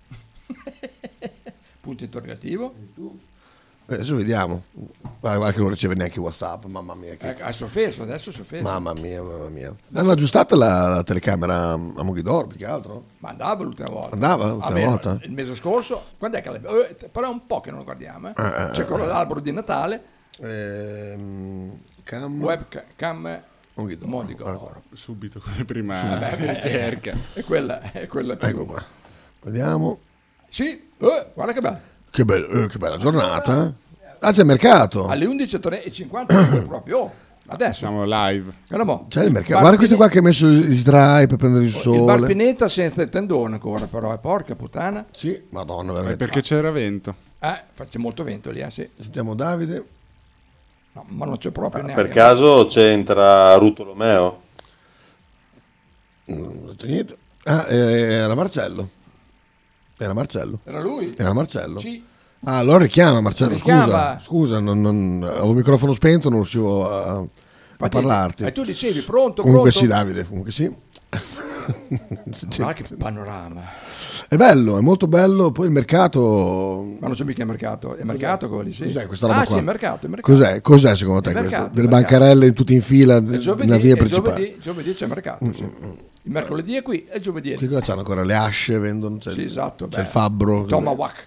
Punto interrogativo. Eh, adesso vediamo. Guarda, guarda che non riceve neanche WhatsApp, mamma mia. Che... Ecco, ha offeso, adesso si è offeso. Mamma mia, mamma mia. Hanno aggiustato la, la telecamera a Moghidor, più che altro? Ma andava l'ultima volta. Andava l'ultima Almeno volta? Il mese scorso, quando è che l'abbiamo? eh, però è un po' che non lo guardiamo. Eh. Eh, eh, C'è quello eh. dell'albero di Natale. Ehm, cam... Webcam Moghidor. Moghidor. Subito come prima Vabbè, beh, ricerca. È quella, è quella. Ecco qua. Vediamo. Sì, eh, guarda che bello. Che, bello, eh, che bella giornata. eh. Ah, c'è il mercato. Alle undici e cinquanta proprio. Oh, adesso. Siamo live. Guarda mo. C'è il mercato. Bar Guarda questo Pine- qua che ha messo gli sdrai per prendere il Il Bar sole. Pineta senza il tendone ancora, però, eh, porca puttana. Sì, madonna, Eh, veramente. perché c'era vento. Eh, faccia molto vento lì, eh, sì. Sentiamo Davide. No, ma non c'è proprio Ah, neanche. per caso c'entra Rutolomeo? Non ho detto niente. Ah, eh, era Marcello. Era Marcello. Era lui? Era Marcello. Sì. Ah, allora richiama Marcello. Richiama. Scusa, scusa, non, non, avevo il microfono spento, non riuscivo a, a Infatti, parlarti. E tu dicevi pronto, Comunque pronto? sì, Davide, comunque sì. Guarda che panorama. È bello, è molto bello. Poi il mercato. Ma non so mica il mercato. È mercato quello lì, sì. Cos'è questa roba ah, qua? sì, è mercato, è mercato. Cos'è, cos'è secondo te È questo? mercato, Delle è mercato. bancarelle tutte in fila E nella giovedì, via e principale. giovedì, giovedì c'è mercato. Sì. Il mercoledì è qui e il giovedì è Che lì. cosa c'hanno ancora? Le asce vendono? C'è, Sì, esatto. c'è beh. il fabbro. Tomahawk.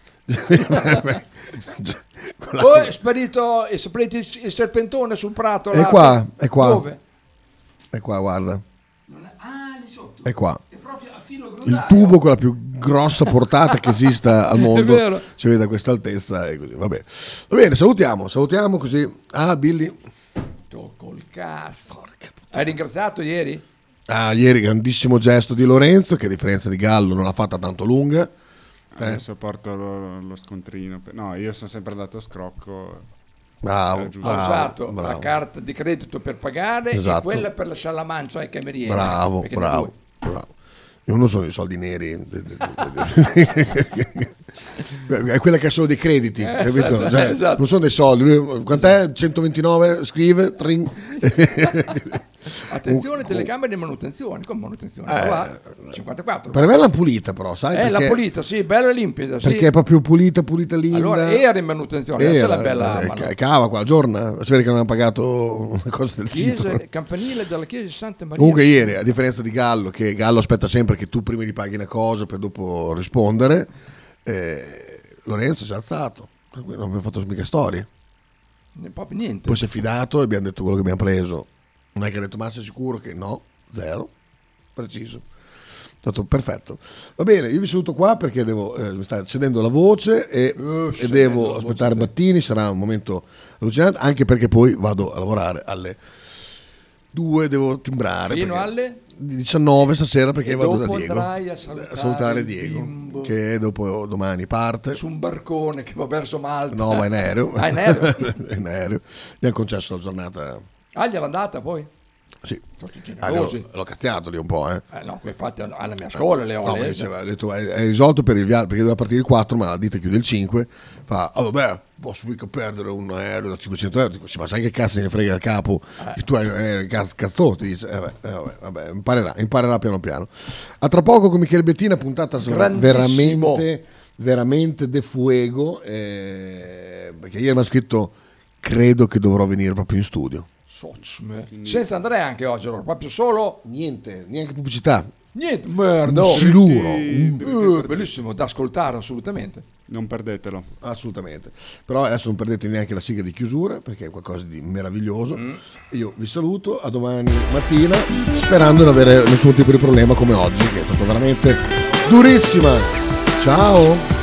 Con la- Oh, è sparito, è sparito il, il serpentone sul prato. È là. qua, è qua. Dove? È qua, guarda. Ah, lì sotto. È qua. È proprio a filo Il grodaio. tubo con la più grossa portata che esista al È mondo vero. si vede a questa altezza e così. Va bene. Va bene, salutiamo, salutiamo così. Ah, Billy. Tocco il cazzo. Hai ringraziato ieri? Ah, ieri grandissimo gesto di Lorenzo che a differenza di Gallo non l'ha fatta tanto lunga. Eh, Adesso porto lo, lo scontrino. per- No, io sono sempre andato a scrocco. bravo, Era giusto. Ha bravo, usato la bravo, carta di credito per pagare Esatto. e quella per lasciare la mancia ai camerieri. bravo, Perché ne bravo, due. bravo. Io non sono i soldi neri, è quella che ha solo dei crediti, Eh, capito? esatto, Cioè, esatto. non sono dei soldi. Lui- Quant'è? centoventinove? Scrive. Trin. Attenzione, telecamere di manutenzione. Come manutenzione? Eh, Qua, cinquantaquattro. Per me l'hanno pulita però, sai? Eh, la perché, pulita, sì, bella e limpida. Sì. perché è proprio pulita, pulita linda. Allora era in manutenzione, adesso è Era, la bella eh, manu- ca- cava qua, giorna. Si vede che non hanno pagato una cosa del sito. chiesa, campanile della chiesa di Santa Maria. Comunque ieri, a differenza di Gallo, che Gallo aspetta sempre che tu prima gli paghi una cosa per dopo rispondere, eh, Lorenzo si è alzato, non abbiamo fatto mica storie. Proprio niente. Poi si è fidato e abbiamo detto quello che abbiamo preso. Non è che ha detto ma sei sicuro che no, zero, preciso. È stato perfetto. Va bene, io vi saluto qua perché devo, eh, mi sta cedendo la voce e, Uh, e cedendo devo la aspettare voce. Battini, sarà un momento allucinante, anche perché poi vado a lavorare alle due, devo timbrare. Fino perché- alle? diciannove stasera perché E vado da dopo Diego andrai a salutare il Diego bimbo. che dopo domani parte Su un barcone che va verso Malta. no ma in aereo Ah, in aereo? in aereo gli hanno concesso la giornata Ah, gliel'è andata poi? Sì. Ah, generosi. l'ho, l'ho cazziato lì un po', eh. Eh no, infatti alla mia scuola le ho No, mi lese. diceva, ha detto, è, è risolto per il viaggio perché doveva partire il quattro, ma la ditta chiude il cinque. Fa, oh, vabbè, posso mica perdere un aereo da cinquecento euro. Dico, sì, ma sai che cazzo ne frega il capo? Eh. Tu hai eh, caz- cazzo, ti dice, eh, vabbè, eh, vabbè, vabbè, imparerà, imparerà piano piano. A tra poco con Michele Bettina, puntata sarà Grandissimo. veramente, veramente de fuego. Eh, perché ieri mi ha scritto, credo che dovrò venire proprio in studio. Senza Andrea anche oggi, allora, proprio solo niente, neanche pubblicità. Niente, merda. Un siluro. Eh, bellissimo da ascoltare assolutamente. Non perdetelo. Assolutamente. Però adesso non perdete neanche la sigla di chiusura perché è qualcosa di meraviglioso. Mm. Io vi saluto, a domani mattina, sperando di non avere nessun tipo di problema come oggi, che è stato veramente durissima. Ciao.